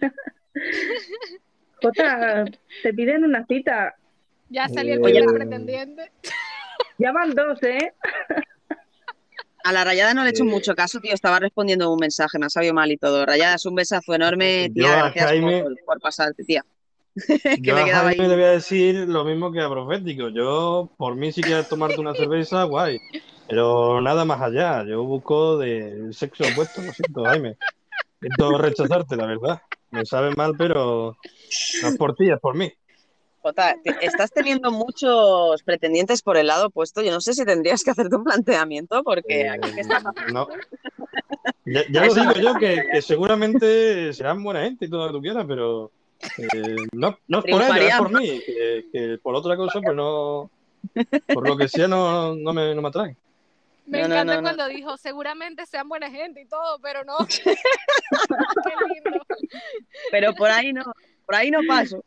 Jota, te piden una cita. Ya salió el Oye, primer la- pretendiente. Ya van dos, ¿eh? A la Rayada no le he hecho mucho caso, tío. Estaba respondiendo un mensaje, me ha sabido mal y todo. Rayada, es un besazo enorme, Yo tía. a Gracias Jaime- por, por pasarte, tía. que Yo me a quedaba Jaime ahí. le voy a decir lo mismo que a Profético. Yo, por mí, si quieres tomarte una cerveza, guay. Pero nada más allá. Yo busco de sexo opuesto, lo siento, Jaime. Siento rechazarte, la verdad. Me sabe mal, pero no es por ti, es por mí. Jota, te- estás teniendo muchos pretendientes por el lado opuesto. Yo no sé si tendrías que hacerte un planteamiento, porque aquí qué está pasando. No. Ya, ya lo Eso digo no. yo, que, que seguramente serán buena gente y todo lo que tú quieras, pero eh, no, no es por ellos, es por mí. Que, que por otra cosa, pues no. Por lo que sea, no, no, me, no me atraen. Me No, no, encanta no, no. cuando dijo, seguramente sean buena gente y todo, pero no. Qué lindo. Pero por ahí no, por ahí no paso.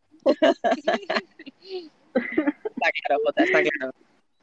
Está claro, Jota, está claro.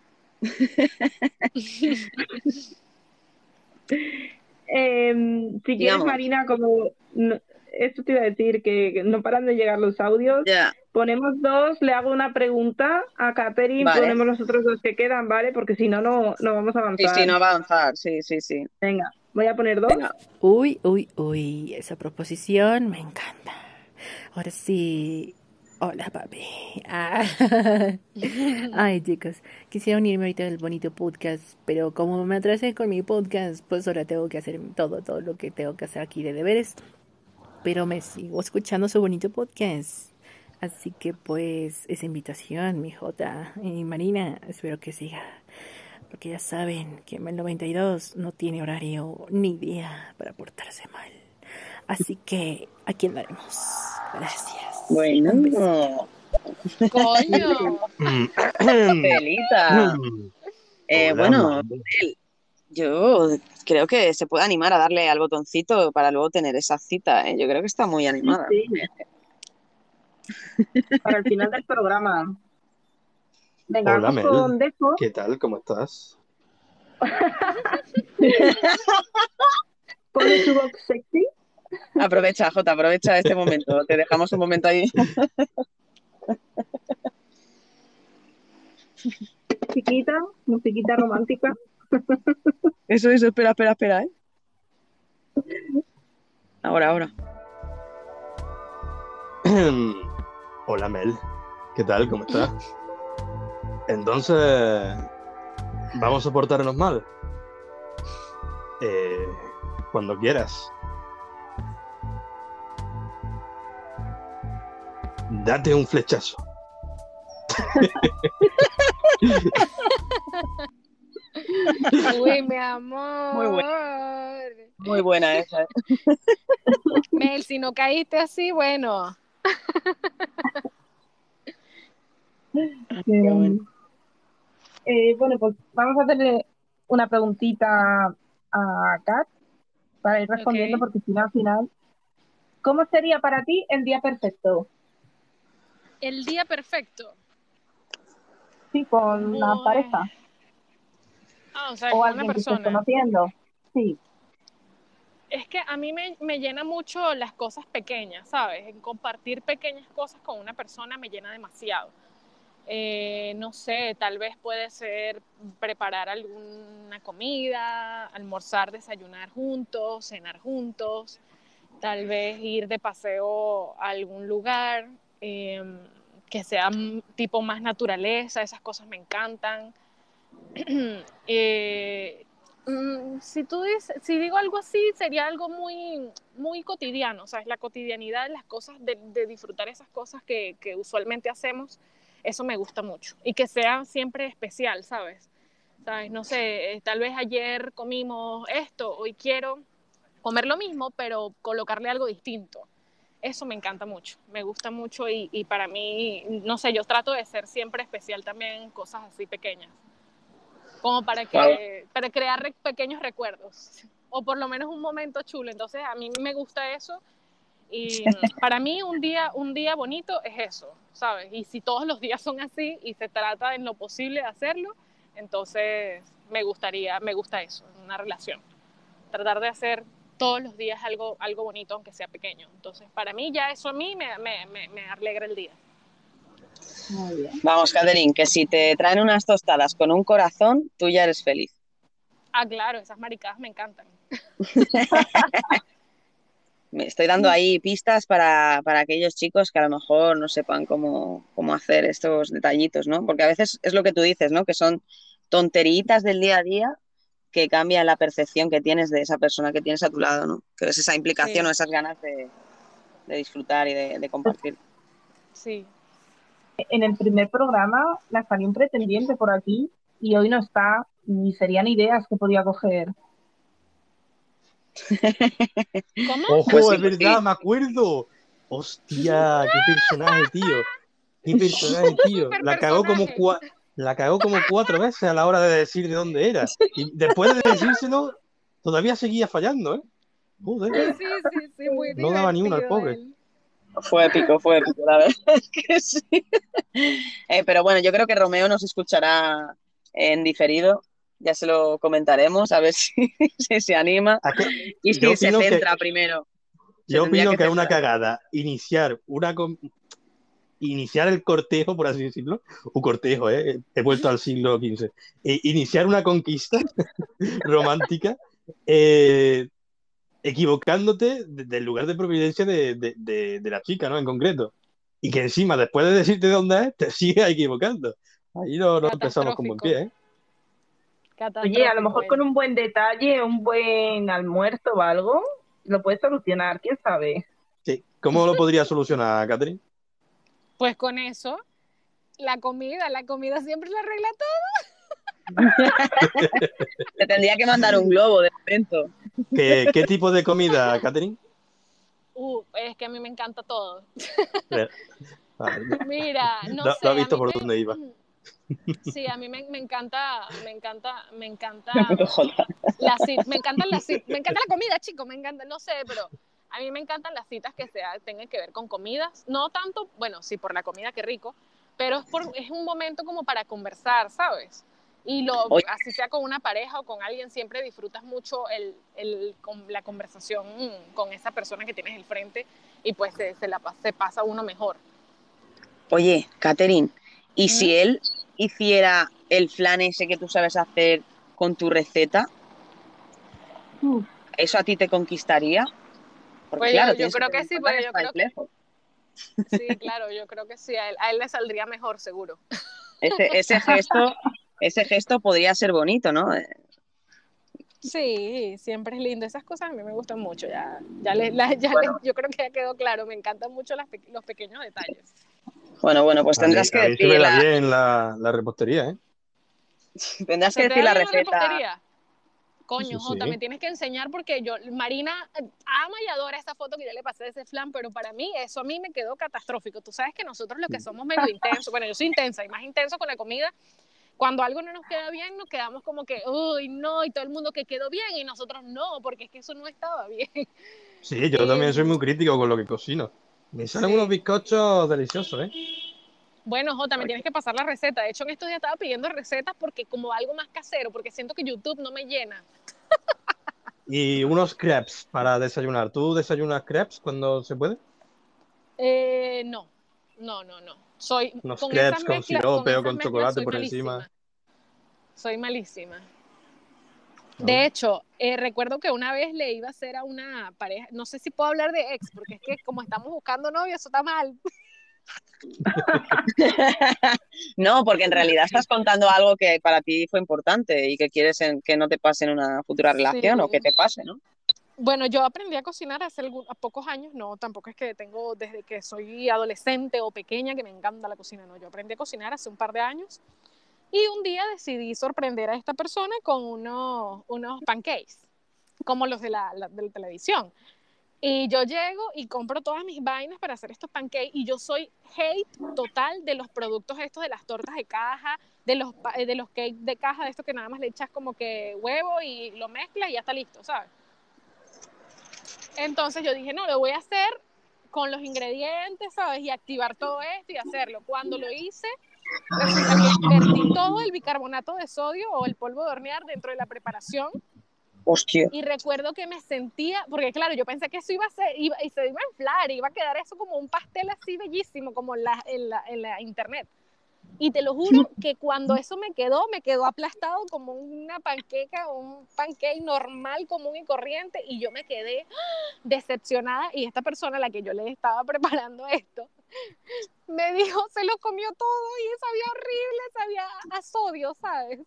Eh, si quieres, Digamos. Marina, como no- esto te iba a decir, que, que no paran de llegar los audios, Ya. ponemos dos, le hago una pregunta a Catherine, Vale. ponemos los otros dos que quedan, ¿vale? Porque si no, no no vamos a Sí, avanzar. sí, no va a avanzar. Sí, sí, sí. Venga, voy a poner dos. Venga. Uy, uy, uy, esa proposición me encanta. Ahora sí. Hola, papi. Ah. Ay, chicos, quisiera unirme ahorita al bonito podcast, pero como me atrasé con mi podcast, pues ahora tengo que hacer todo, todo lo que tengo que hacer aquí de deberes. Pero me sigo escuchando su bonito podcast. Así que pues, esa invitación, mi Jota y Marina, espero que siga. Porque ya saben que en el noventa y dos no tiene horario ni día para portarse mal. Así que aquí andaremos. Gracias. Bueno. Un beso. Coño. Pelita. Eh, Hola, bueno, Mabel. él, yo creo que se puede animar a darle al botoncito para luego tener esa cita, ¿eh? Yo creo que está muy animada. Sí, para el final del programa. Venga, Hola, vamos Mel. con Defo. ¿Qué tal? ¿Cómo estás? Pone su box sexy. Aprovecha, Jota, aprovecha este momento. Te dejamos un momento ahí. Chiquita, musiquita romántica. Eso, eso, espera, espera, espera, ¿eh? Ahora, ahora. Hola, Mel. ¿Qué tal? ¿Cómo estás? Entonces, ¿vamos a portarnos mal? Eh, cuando quieras. Date un flechazo. Uy, mi amor. Muy buena. Muy buena esa, ¿eh? Mel, si no caíste así, bueno. Qué bueno. Eh, bueno, pues vamos a hacerle una preguntita a Kat para ir respondiendo, Ok. porque si no, al final. ¿Cómo sería para ti el día perfecto? El día perfecto. Sí, con la Bueno. pareja. Ah, o sea, o con una alguien que estés persona. conociendo. Sí. Es que a mí me, me llena mucho las cosas pequeñas, ¿sabes? En compartir pequeñas cosas con una persona me llena demasiado. Eh, no sé, tal vez puede ser preparar alguna comida, almorzar, desayunar juntos, cenar juntos, tal vez ir de paseo a algún lugar, eh, que sea tipo más naturaleza, esas cosas me encantan. eh, mm, si tú dices, si digo algo así, sería algo muy, muy cotidiano, o sea, es la cotidianidad de las cosas, de, de disfrutar esas cosas que, que usualmente hacemos, eso me gusta mucho. Y que sea siempre especial, ¿sabes? ¿Sabes? No sé, eh, tal vez ayer comimos esto, hoy quiero comer lo mismo, pero colocarle algo distinto. Eso me encanta mucho, me gusta mucho y, y para mí, no sé, yo trato de ser siempre especial también en cosas así pequeñas, como para que para crear re- pequeños recuerdos o por lo menos un momento chulo. Entonces a mí me gusta eso y para mí un día un día bonito es eso, ¿sabes? Y si todos los días son así y se trata en lo posible de hacerlo, entonces me gustaría me gusta eso en una relación, tratar de hacer todos los días algo algo bonito aunque sea pequeño. Entonces para mí ya eso a mí me, me, me, me alegra el día. Muy bien. Vamos, Catherine, que si te traen unas tostadas con un corazón, tú ya eres feliz. Ah, claro, esas maricadas me encantan. Me estoy dando ahí pistas para, para aquellos chicos que a lo mejor no sepan cómo, cómo hacer estos detallitos, ¿no? Porque a veces es lo que tú dices, ¿no? Que son tonteritas del día a día que cambian la percepción que tienes de esa persona que tienes a tu lado, ¿no? Que es esa implicación Sí. o esas ganas de, de disfrutar y de, de compartir. Sí. En el primer programa la salió un pretendiente por aquí y hoy no está y serían ideas que podía coger. ¿Cómo? ¡Ojo, Pues sí, es pues verdad, sí. me acuerdo! ¡Hostia! ¡Qué personaje, tío! ¡Qué personaje, tío! Super La cagó como, personaje. cua- la cagó como cuatro veces a la hora de decir de dónde era. Y después de decírselo, todavía seguía fallando, ¿eh? Joder, Sí, sí, sí, muy no daba ni una al divertido pobre. él. Fue épico, fue épico, la verdad es que sí. Eh, pero bueno, yo creo que Romeo nos escuchará en diferido, ya se lo comentaremos, a ver si, si se anima Es que y yo si se opino que, centra primero. Se yo tendría opino que que es una centrar. cagada iniciar una com- iniciar el cortejo, por así decirlo, un cortejo, ¿eh? He vuelto al siglo quince. E- iniciar una conquista romántica, eh, equivocándote de- del lugar de providencia de, de- de- de la chica, ¿no? En concreto. Y que encima, después de decirte dónde es, te sigues equivocando. Ahí no, no empezamos con buen Catastrófico. pie, ¿eh? Oye, a lo Catastrófico mejor él. con un buen detalle, un buen almuerzo o algo, lo puedes solucionar, quién sabe. Sí. ¿Cómo lo podría solucionar, Catherine? Pues con eso, la comida, la comida siempre lo arregla todo. Te tendría que mandar un globo de momento. ¿Qué, qué tipo de comida, Catherine? Uh, es que a mí me encanta todo. Vale, no, Mira, no no, sé, no he a visto mí por me, dónde iba. sí, a mí me, me encanta, me encanta, me encanta, Joder. la cit- me encantan las cit- me encanta la comida, chicos, me encanta, no sé, pero a mí me encantan las citas que sea, tengan que ver con comidas, no tanto, bueno, sí, por la comida, qué rico, pero es, por, es un momento como para conversar, ¿sabes? Y lo, Oye, así sea con una pareja o con alguien, siempre disfrutas mucho el, el, con la conversación con esa persona que tienes al frente y pues se, se, la, se pasa uno mejor. oye, Catherine, ¿y ¿Mm? si él hiciera el flan ese que tú sabes hacer con tu receta? Uf, ¿Eso a ti te conquistaría? Porque Pues claro, yo, yo tienes que creo tener que en sí, cuenta que porque yo estáis creo que lejos. sí, claro, yo creo que sí, a él, a él le saldría mejor, seguro. Ese, ese gesto, ese gesto podría ser bonito, ¿no? Eh, Sí, siempre es lindo. Esas cosas a mí me gustan mucho. Ya, ya, le, la, ya le, Bueno, yo creo que ya quedó claro. Me encantan mucho las pe- los pequeños detalles. bueno, bueno, pues A mí, tendrás que a mí se me decir da la, bien la, la repostería, ¿eh? tendrás que ¿Se te decir da la bien la receta. repostería? Coño, Sí, Jota, me sí. tienes que enseñar porque yo, Marina ama y adora esa foto que yo le pasé de ese flan, pero para mí eso a mí me quedó catastrófico. Tú sabes que nosotros los que somos medio intensos, bueno, yo soy intensa y más intenso con la comida, cuando algo no nos queda bien, nos quedamos como que, uy, no, y todo el mundo que quedó bien y nosotros no, porque es que eso no estaba bien. Sí, yo Y, también soy muy crítico con lo que cocino. Me salen unos sí, bizcochos deliciosos, ¿eh? Bueno, Jota, me tienes que pasar la receta. De hecho, en estos días estaba pidiendo recetas porque como algo más casero, porque siento que YouTube no me llena. Y unos crepes para desayunar. ¿Tú desayunas crepes cuando se puede? Eh, no, no, no, no. Soy Unos con crepes esas con mezclas, con sirope o esas con mezclas chocolate soy por malísima. encima. Soy malísima. ¿No? De hecho, eh, recuerdo que una vez le iba a hacer a una pareja, no sé si puedo hablar de ex, porque es que como estamos buscando novio, eso está mal. No, porque en realidad estás contando algo que para ti fue importante y que quieres en- que no te pase en una futura relación o que Sí. te pase, ¿no? Bueno, yo aprendí a cocinar hace algún- a pocos años, no, tampoco es que tengo desde que soy adolescente o pequeña que me encanta la cocina, no, yo aprendí a cocinar hace un par de años y un día decidí sorprender a esta persona con unos, unos pancakes, como los de la, la- de la televisión. Y yo llego y compro todas mis vainas para hacer estos pancakes y yo soy hate total de los productos estos de las tortas de caja, de los, pa- de los cakes de caja, de estos que nada más le echas como que huevo y lo mezclas y ya está listo, ¿sabes? Entonces yo dije, no, lo voy a hacer con los ingredientes, ¿sabes? Y activar todo esto y hacerlo. Cuando lo hice, resulta que vertí todo el bicarbonato de sodio o el polvo de hornear dentro de la preparación. Hostia. Y recuerdo que me sentía, porque claro, yo pensé que eso iba a ser, iba, y se iba a inflar, iba a quedar eso como un pastel así bellísimo, como en la, en la, en la internet. Y te lo juro que cuando eso me quedó, me quedó aplastado como una panqueca, un pancake normal, común y corriente, y yo me quedé decepcionada. Y esta persona a la que yo le estaba preparando esto, me dijo, se lo comió todo y sabía horrible, sabía a sodio, ¿sabes?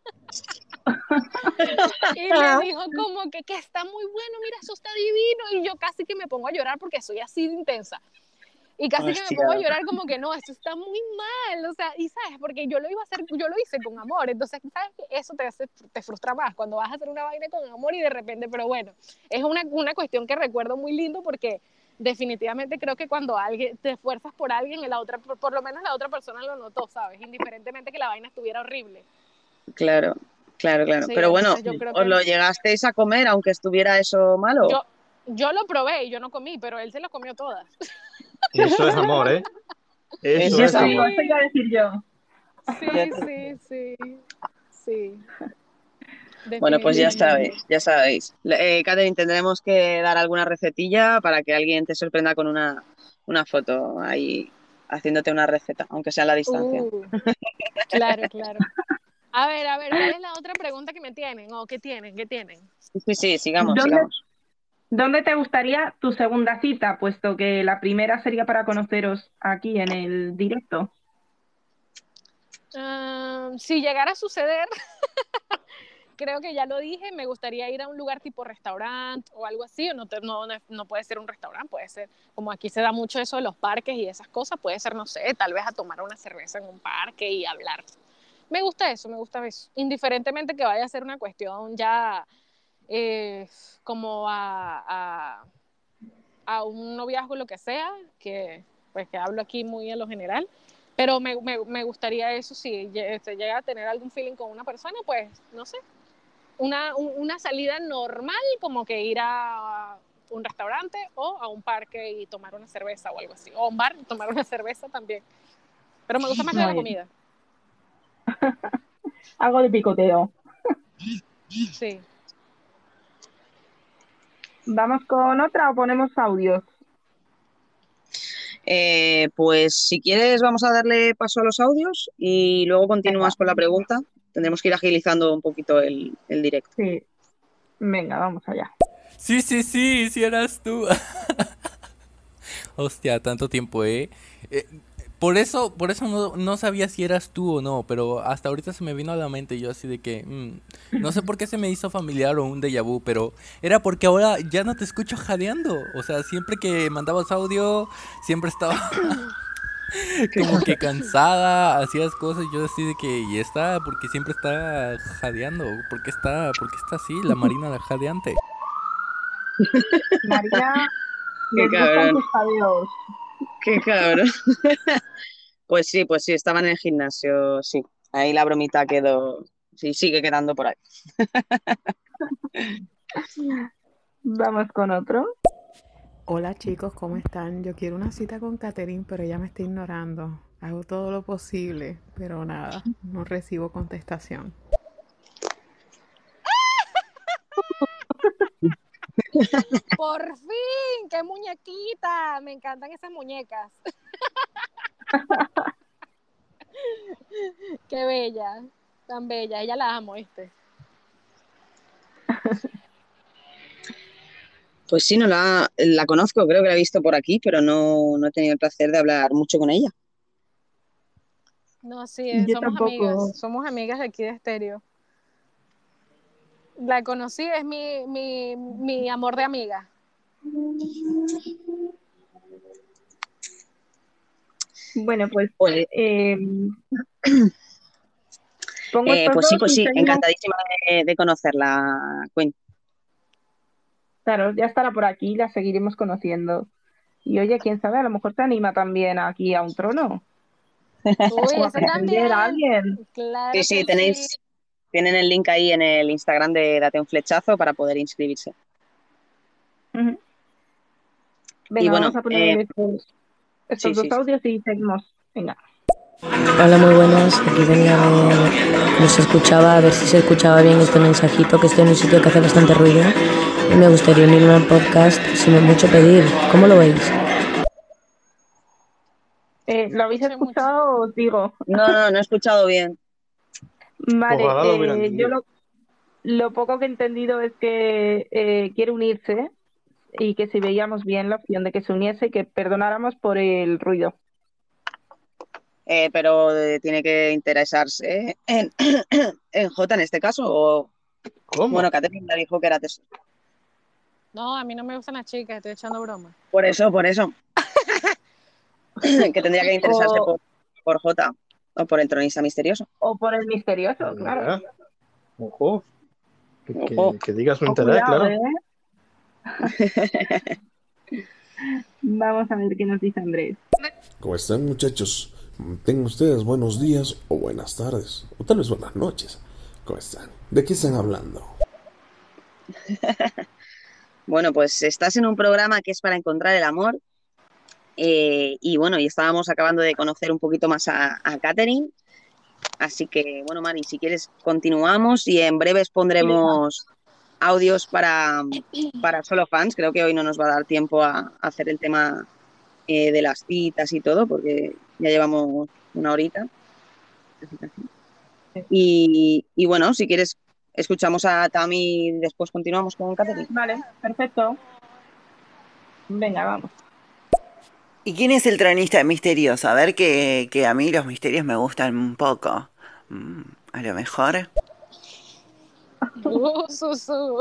Y me dijo como que, que está muy bueno, mira, eso está divino. Y yo casi que me pongo a llorar porque soy así de intensa. Y casi que me Hostia. pongo a llorar como que no, esto está muy mal, o sea, y sabes, porque yo lo iba a hacer, yo lo hice con amor, entonces, ¿sabes qué? Eso te hace, te frustra más cuando vas a hacer una vaina con amor y de repente, pero bueno, es una, una cuestión que recuerdo muy lindo porque definitivamente creo que cuando alguien, te esfuerzas por alguien, la otra, por, por lo menos la otra persona lo notó, ¿sabes? Indiferentemente que la vaina estuviera horrible. Claro, claro, claro. Sí, Pero bueno, entonces yo creo ¿os que lo llegasteis a comer aunque estuviera eso malo? yo, yo lo probé y yo no comí, pero él se lo comió todas. Eso es amor, ¿eh? Eso Eso es es Sí, amor. eso iba a decir yo. Sí, sí, sí, sí. Bueno, pues ya Definitivamente. sabéis, ya sabéis. Eh, Catherine, tendremos que dar alguna recetilla para que alguien te sorprenda con una, una foto ahí haciéndote una receta, aunque sea a la distancia. Uh, claro, claro. A ver, a ver, ¿cuál es la otra pregunta que me tienen? ¿O qué tienen? ¿Qué tienen? Sí, sí, sí, sigamos, ¿Dónde, sigamos. ¿Dónde te gustaría tu segunda cita? Puesto que la primera sería para conoceros aquí en el directo. Ah, si llegara a suceder, creo que ya lo dije, me gustaría ir a un lugar tipo restaurante o algo así, o no, te- no, no puede ser un restaurante, puede ser, como aquí se da mucho eso de los parques y esas cosas, puede ser, no sé, tal vez a tomar una cerveza en un parque y hablar. Me gusta eso, me gusta eso. Indiferentemente que vaya a ser una cuestión ya eh, como a, a, a un noviazgo, lo que sea, que pues que hablo aquí muy a lo general, pero me, me, me gustaría eso, si se llega a tener algún feeling con una persona, pues, no sé, una, una salida normal, como que ir a un restaurante o a un parque y tomar una cerveza o algo así, o a un bar y tomar una cerveza también, pero me gusta más de la Muy bien. comida. Algo de picoteo. Sí. ¿Vamos con otra o ponemos audios? Eh, pues si quieres vamos a darle paso a los audios y luego continúas Venga, con la pregunta. Tendremos que ir agilizando un poquito el, el directo. sí. Venga, vamos allá. Sí, sí, sí, sí eras tú. Hostia, tanto tiempo, ¿eh? eh por eso, por eso no, no sabía si eras tú o no, pero hasta ahorita se me vino a la mente y yo así de que, mmm, no sé por qué se me hizo familiar o un déjà vu, pero era porque ahora ya no te escucho jadeando. O sea, siempre que mandabas audio, siempre estaba como que cansada, hacías cosas y yo así de que, y está, porque siempre está jadeando, ¿por qué está, por qué está así, la Marina la jadeante? Marina, Qué les gustan cabrón, tus jadeos. qué cabrón. Pues sí, pues sí, estaba en el gimnasio, sí. Ahí la bromita quedó, sí, sigue quedando por ahí. Vamos con otro. Hola chicos, ¿cómo están? Yo quiero una cita con Catherine, pero ella me está ignorando. Hago todo lo posible, pero nada, no recibo contestación. Por fin, qué muñequita. Me encantan esas muñecas. Qué bella, tan bella. Ella la amo, ¿viste? Pues sí, no la, la conozco, creo que la he visto por aquí, pero no, no he tenido el placer de hablar mucho con ella. No, sí, eh, Yo somos tampoco. amigas. Somos amigas de aquí de Estéreo. La conocí, es mi, mi, mi amor de amiga. Bueno, pues Pues, eh, pongo eh, estos pues sí, dos pues y sí, seguimos. encantadísima de, de conocerla, Queen. Claro, ya estará por aquí, la seguiremos conociendo. Y oye, quién sabe, a lo mejor te anima también aquí a un trono. Uy, O a esa pretender a también. alguien. Sí, Claro sí, que sí. tenéis, tienen el link ahí en el Instagram de Date un Flechazo para poder inscribirse. Ujú. Y Venga, bueno, vamos a poner eh, estos, estos sí, dos sí, sí. audios y seguimos. Venga. Hola, muy buenas. Aquí venía a ver, nos escuchaba, a ver si se escuchaba bien este mensajito, que estoy en un sitio que hace bastante ruido y me gustaría unirme al podcast sin mucho pedir. ¿Cómo lo veis? Eh, ¿Lo habéis Mucho, mucho. escuchado o os digo? No, no, no he escuchado bien. Vale, Ojalá lo hubiera eh, yo entendido. lo, lo poco que he entendido es que eh, quiere unirse y que si veíamos bien la opción de que se uniese y que perdonáramos por el ruido. Eh, pero eh, tiene que interesarse en, en J en este caso. O, ¿Cómo? bueno, Catherine dijo que era tesoro. No, a mí no me gustan las chicas, estoy echando broma. Por eso, por eso. Que tendría que interesarse O, por, por J o por el tronista misterioso. o por el misterioso, claro. Ya. Ojo. Que, Ojo. que- que diga su O interés, cuidado, claro. ¿eh? Vamos a ver qué nos dice Andrés. ¿Cómo están, muchachos? Tengan ustedes buenos días o buenas tardes, o tal vez buenas noches. ¿Cómo están? ¿De qué están hablando? Bueno, pues estás en un programa que es para encontrar el amor. eh, y bueno, y estábamos acabando de conocer un poquito más a, a Catherine. Así que, bueno, Mari, si quieres continuamos y en breves pondremos audios para, para solo fans. Creo que hoy no nos va a dar tiempo a, a hacer el tema eh, de las citas y todo, porque ya llevamos una horita. Y, y bueno, si quieres, escuchamos a Tami y después continuamos con Catherine. Vale, perfecto. Venga, vamos. ¿Y quién es el tronista misterioso? A ver que, que a mí los misterios me gustan un poco. Mm, a lo mejor. Uh, su, su.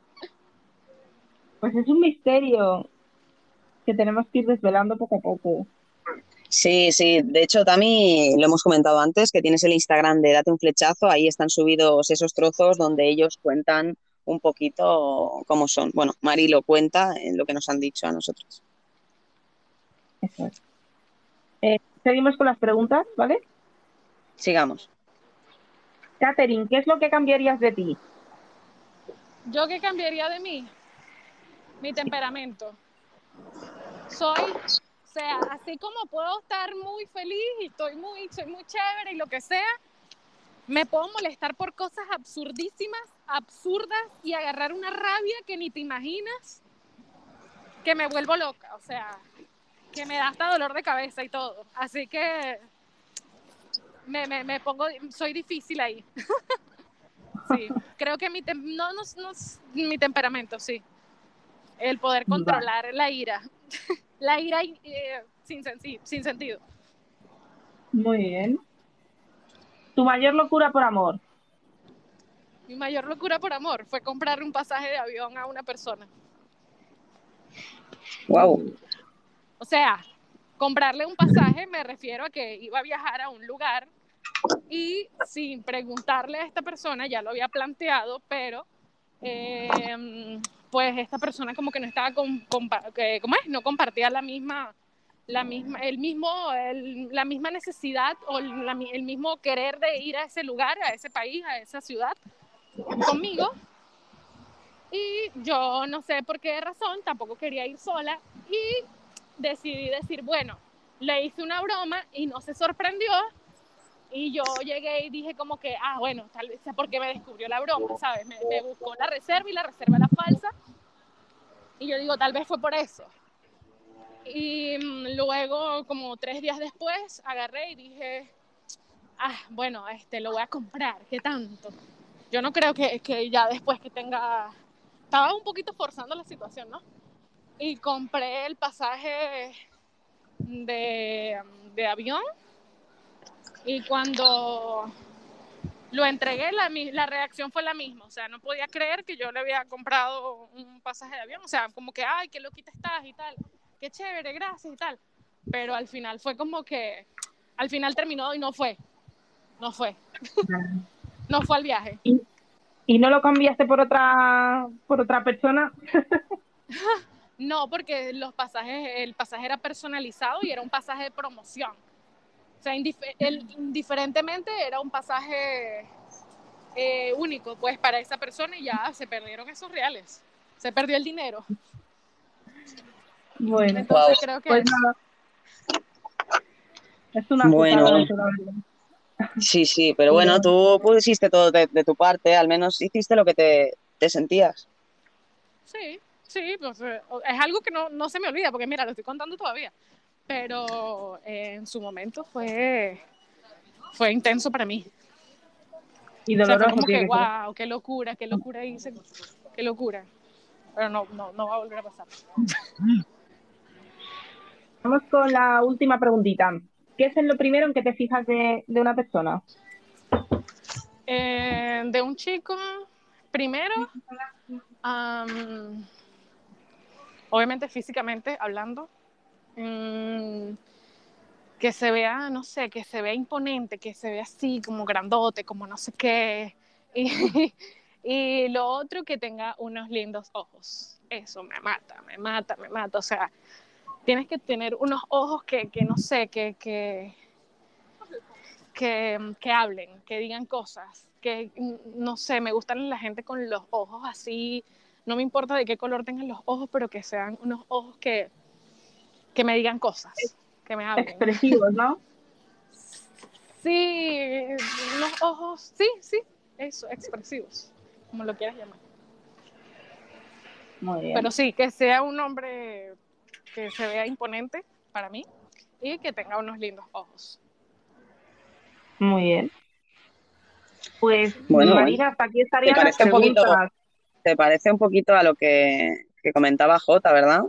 Pues es un misterio que tenemos que ir desvelando poco a poco. Sí, sí. De hecho, Tami, lo hemos comentado antes, que tienes el Instagram de Date un Flechazo. Ahí están subidos esos trozos donde ellos cuentan un poquito cómo son. Bueno, Mari lo cuenta en lo que nos han dicho a nosotros. Eso es. Eh, seguimos con las preguntas, ¿vale? Sigamos. Catherine, ¿qué es lo que cambiarías de ti? ¿Yo qué cambiaría de mí? Mi temperamento. Soy, o sea, así como puedo estar muy feliz y estoy muy, soy muy chévere y lo que sea, me puedo molestar por cosas absurdísimas, absurdas y agarrar una rabia que ni te imaginas, que me vuelvo loca, o sea, que me da hasta dolor de cabeza y todo. Así que me, me, me pongo, soy difícil ahí. Sí, creo que mi, tem no, no, no, mi temperamento, sí. El poder controlar vale. la ira. La ira eh, sin, sin sentido. Muy bien. ¿Tu mayor locura por amor? Mi mayor locura por amor fue comprar un pasaje de avión a una persona. Wow. O sea, comprarle un pasaje me refiero a que iba a viajar a un lugar y sin preguntarle a esta persona, ya lo había planteado, pero eh, pues esta persona como que no estaba con, con, ¿cómo es? No compartía la misma, la misma, el mismo, el, la misma necesidad o la, el mismo querer de ir a ese lugar, a ese país, a esa ciudad conmigo. Y yo no sé por qué razón tampoco quería ir sola y decidí decir, bueno, le hice una broma y no se sorprendió. Y yo llegué y dije como que, ah, bueno, tal vez sea porque me descubrió la broma, ¿sabes? Me, me buscó la reserva y la reserva era falsa. Y yo digo, tal vez fue por eso. Y mm, luego, como tres días después, agarré y dije, ah, bueno, este, lo voy a comprar, ¿qué tanto? Yo no creo que, que ya después que tenga... Estaba un poquito forzando la situación, ¿no? Y compré el pasaje de, de avión. Y cuando lo entregué, la, la reacción fue la misma. O sea, no podía creer que yo le había comprado un pasaje de avión. O sea, como que, ay, qué loquita estás y tal. Qué chévere, gracias y tal. Pero al final fue como que... Al final terminó y no fue. No fue. No fue al viaje. ¿Y, y no lo cambiaste por otra, por otra persona? No, porque los pasajes, el pasaje era personalizado y era un pasaje de promoción. O sea, indif el, indiferentemente era un pasaje eh, único, pues, para esa persona y ya se perdieron esos reales. Se perdió el dinero. Bueno, entonces wow. creo que Pues es... nada. Es una bueno, putada eso, la verdad. sí, sí, pero bueno, tú pusiste todo de, de tu parte, al menos hiciste lo que te, te sentías. Sí, sí, pues es algo que no, no se me olvida, porque mira, lo estoy contando todavía. Pero eh, en su momento fue, fue intenso para mí. Y doloroso. O sea, fue como tiene que, que ser. wow, qué locura, qué locura hice, qué locura. Pero no, no, no va a volver a pasar. Vamos con la última preguntita. ¿Qué es en lo primero en que te fijas de, de una persona? Eh, de un chico, primero, um, obviamente físicamente hablando, um, que se vea, no sé, que se vea imponente, que se vea así como grandote, como no sé qué. Y, y lo otro, que tenga unos lindos ojos. Eso me mata, me mata, me mata. O sea, tienes que tener unos ojos que, que no sé, que, que, que, que hablen, que digan cosas. Que, no sé, me gustan la gente con los ojos así. No me importa de qué color tengan los ojos, pero que sean unos ojos que, que me digan cosas, que me hablen. Expresivos, ¿no? Sí, unos ojos, sí, sí, eso, expresivos, como lo quieras llamar. Muy bien. Pero sí, que sea un hombre que se vea imponente para mí y que tenga unos lindos ojos. Muy bien. Pues, Bueno, Marina, hasta aquí estarían ¿te las parece un poquito, preguntas. te parece un poquito a lo que, que comentaba Jota, ¿verdad?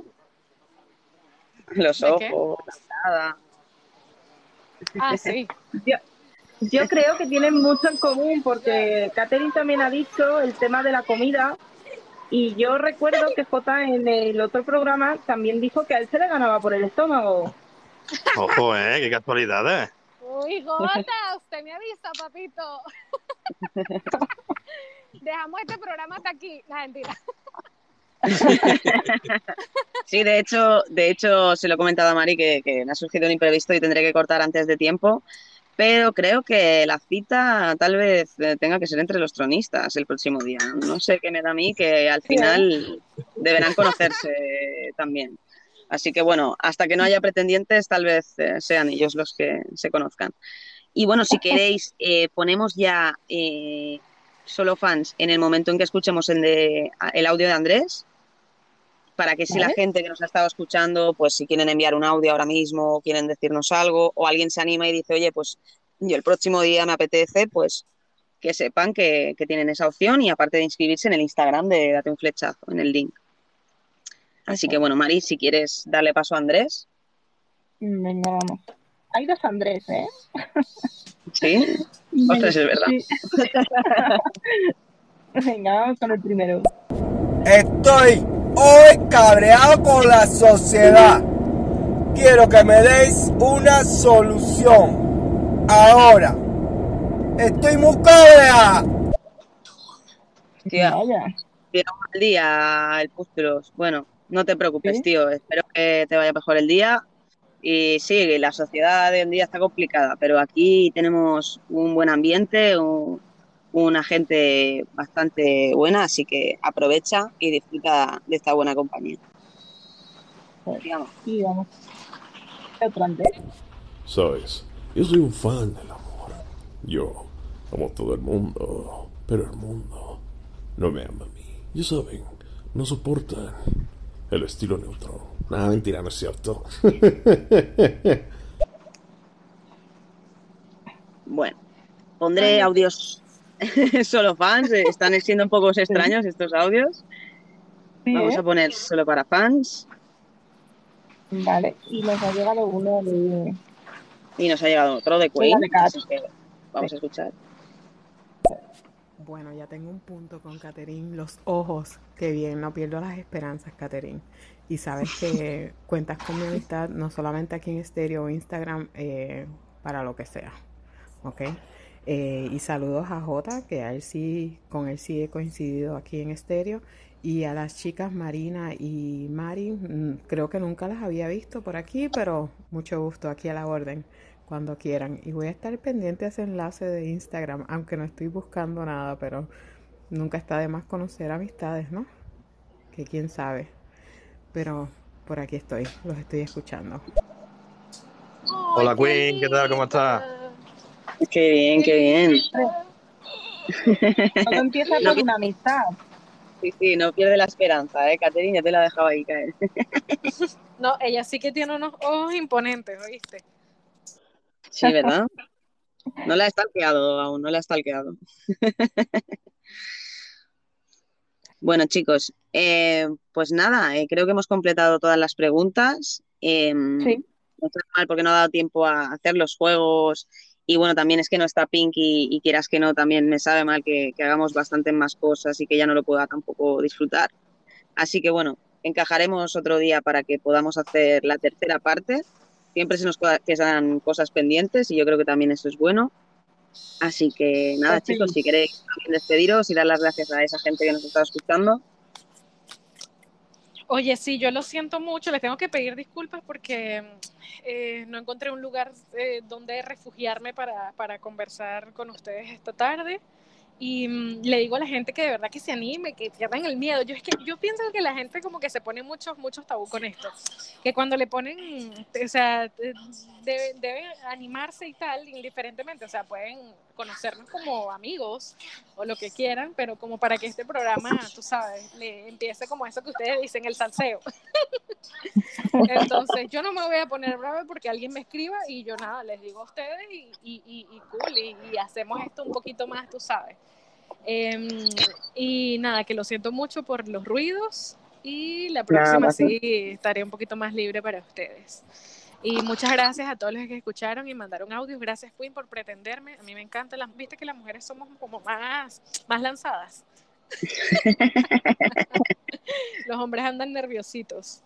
Los ¿De qué? ojos, la mirada. Ah, sí. Yo, yo creo que tienen mucho en común porque Catherine también ha dicho el tema de la comida y yo recuerdo que Jota en el otro programa también dijo que a él se le ganaba por el estómago. Ojo, eh, qué casualidades. Uy, Jota, usted me avisa, papito. Dejamos este programa hasta aquí. La mentira. Sí, de hecho, de hecho se lo he comentado a Mari que, que me ha surgido un imprevisto y tendré que cortar antes de tiempo, pero creo que la cita tal vez eh, tenga que ser entre los tronistas el próximo día. No sé qué me da a mí, que al final deberán conocerse también. Así que bueno, hasta que no haya pretendientes, tal vez eh, sean ellos los que se conozcan. Y bueno, si queréis, eh, ponemos ya eh, solo fans en el momento en que escuchemos el, de, el audio de Andrés, para que si ¿Vale? la gente que nos ha estado escuchando, pues si quieren enviar un audio ahora mismo, o quieren decirnos algo, o alguien se anima y dice, oye, pues yo el próximo día me apetece, pues que sepan que, que tienen esa opción y aparte de inscribirse en el Instagram de Date un Flechazo, en el link. Así que bueno, Mari, si quieres darle paso a Andrés. Venga, vamos. Hay dos Andrés, ¿eh? Sí, ostras, es verdad. Sí. Venga, vamos con el primero. Estoy hoy cabreado con la sociedad. Quiero que me deis una solución. Ahora. Estoy muy cabreado. Tía, tiene un mal día el Pústulos. Bueno, no te preocupes, ¿sí? Tío. Espero que te vaya mejor el día. Y sí, la sociedad de hoy en día está complicada, pero aquí tenemos un buen ambiente, un, una gente bastante buena, así que aprovecha y disfruta de esta buena compañía. Sí, vamos. Otro antes. Sabes, yo soy un fan del amor. Yo amo a todo el mundo, pero el mundo no me ama a mí. Ya saben, no soportan el estilo neutro. Nada, mentira, no es cierto. Bueno, pondré audios solo fans. eh, Están siendo un poco extraños estos audios. Sí, Vamos ¿eh? a poner solo para fans. Vale, y nos ha llegado uno de... Y nos ha llegado otro de Venga, Queen, de Kat. así que vamos a escuchar. Bueno, ya tengo un punto con Catherine. Los ojos. Qué bien, no pierdo las esperanzas, Catherine. Y sabes que cuentas con mi amistad, no solamente aquí en Estéreo o Instagram, eh, para lo que sea. ¿Ok? Eh, y saludos a Jota, que a él sí, con él sí he coincidido aquí en Estéreo. Y a las chicas Marina y Mari, mm, creo que nunca las había visto por aquí, pero mucho gusto aquí a la orden, cuando quieran. Y voy a estar pendiente a ese enlace de Instagram, aunque no estoy buscando nada, pero nunca está de más conocer amistades, ¿no? Que quién sabe. Pero por aquí estoy, los estoy escuchando. Hola Queen, ¿qué tal? ¿Cómo estás? Qué bien, qué bien. Todo empieza No por pi- una amistad. sí, sí, no pierde la esperanza, ¿eh? Caterina, ya te la dejaba ahí caer. No, ella sí que tiene unos ojos imponentes, ¿oíste? Sí, ¿verdad? No la he stalkeado aún, no la he stalkeado. Bueno, chicos, eh, pues nada, eh, creo que hemos completado todas las preguntas. Eh, Sí. no está mal porque no ha dado tiempo a hacer los juegos. Y bueno, también es que no está Pink y, y quieras que no, también me sabe mal que, que hagamos bastante más cosas y que ya no lo pueda tampoco disfrutar. Así que bueno, encajaremos otro día para que podamos hacer la tercera parte. Siempre se nos queda- quedan cosas pendientes y yo creo que también eso es bueno. Así que nada, Pues sí. chicos, si queréis también despediros y dar las gracias a esa gente que nos está escuchando. Oye, sí, yo lo siento mucho, les tengo que pedir disculpas porque eh, no encontré un lugar eh, donde refugiarme para, para conversar con ustedes esta tarde. Y mm, le digo a la gente que de verdad que se anime, que pierdan el miedo. Yo es que yo pienso que la gente como que se pone muchos muchos tabú con esto, que cuando le ponen, o sea, eh, debe- deben animarse y tal, indiferentemente, o sea, pueden conocernos como amigos o lo que quieran, pero como para que este programa, tú sabes, le empiece como eso que ustedes dicen, el salseo. Entonces yo no me voy a poner brava porque alguien me escriba y yo nada, les digo a ustedes y, y, y, y cool, y, y hacemos esto un poquito más, tú sabes. Eh, y nada, que lo siento mucho por los ruidos y la próxima Nada, sí estaré un poquito más libre para ustedes. Y muchas gracias a todos los que escucharon y mandaron audios. Gracias, Queen, por pretenderme. A mí me encanta, las, viste que las mujeres somos como más, más lanzadas. Los hombres andan nerviositos.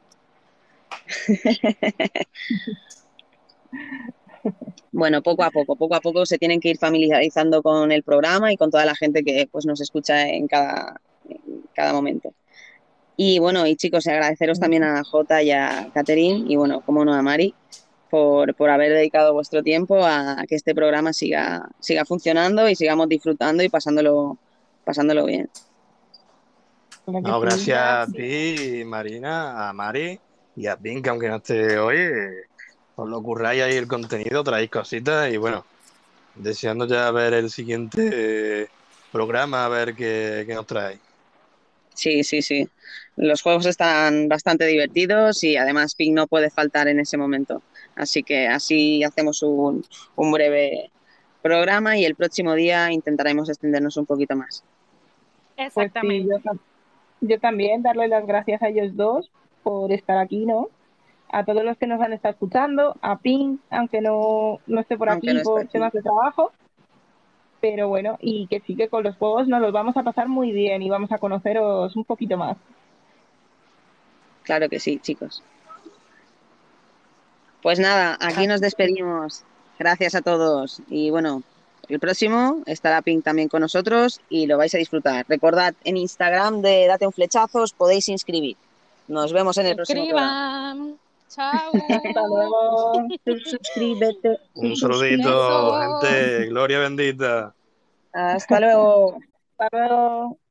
Bueno, poco a poco, poco a poco se tienen que ir familiarizando con el programa y con toda la gente que pues nos escucha en cada, en cada momento. Y bueno, y chicos, y agradeceros también a Jota y a Catherine y bueno, como no a Mari, por, por haber dedicado vuestro tiempo a, a que este programa siga, siga funcionando y sigamos disfrutando y pasándolo, pasándolo bien. No, gracias a ti, Marina, a Mari y a Pink, aunque no esté hoy. eh, Os lo curráis ahí el contenido, traéis cositas y bueno, deseando ya ver el siguiente eh, programa, a ver qué, qué nos trae. Sí, sí, sí. Los juegos están bastante divertidos y además Pink no puede faltar en ese momento. Así que así hacemos un, un breve programa y el próximo día intentaremos extendernos un poquito más. Pues sí, yo, tam- yo también darle las gracias a ellos dos por estar aquí, ¿no? A todos los que nos han estado escuchando, a Pink, aunque no, no esté por Aunque aquí no esté por aquí. temas de trabajo, pero bueno, y que sí que con los juegos nos los vamos a pasar muy bien y vamos a conoceros un poquito más. Claro que sí, chicos. Pues nada, aquí nos despedimos. Gracias a todos. Y bueno, el próximo estará Pink también con nosotros y lo vais a disfrutar. Recordad, en Instagram de Date un Flechazo os podéis inscribir. Nos vemos en el próximo programa. Escriban. Chao. Hasta luego. Suscríbete. Un saludito, gente, gloria bendita. Hasta luego. Hasta luego.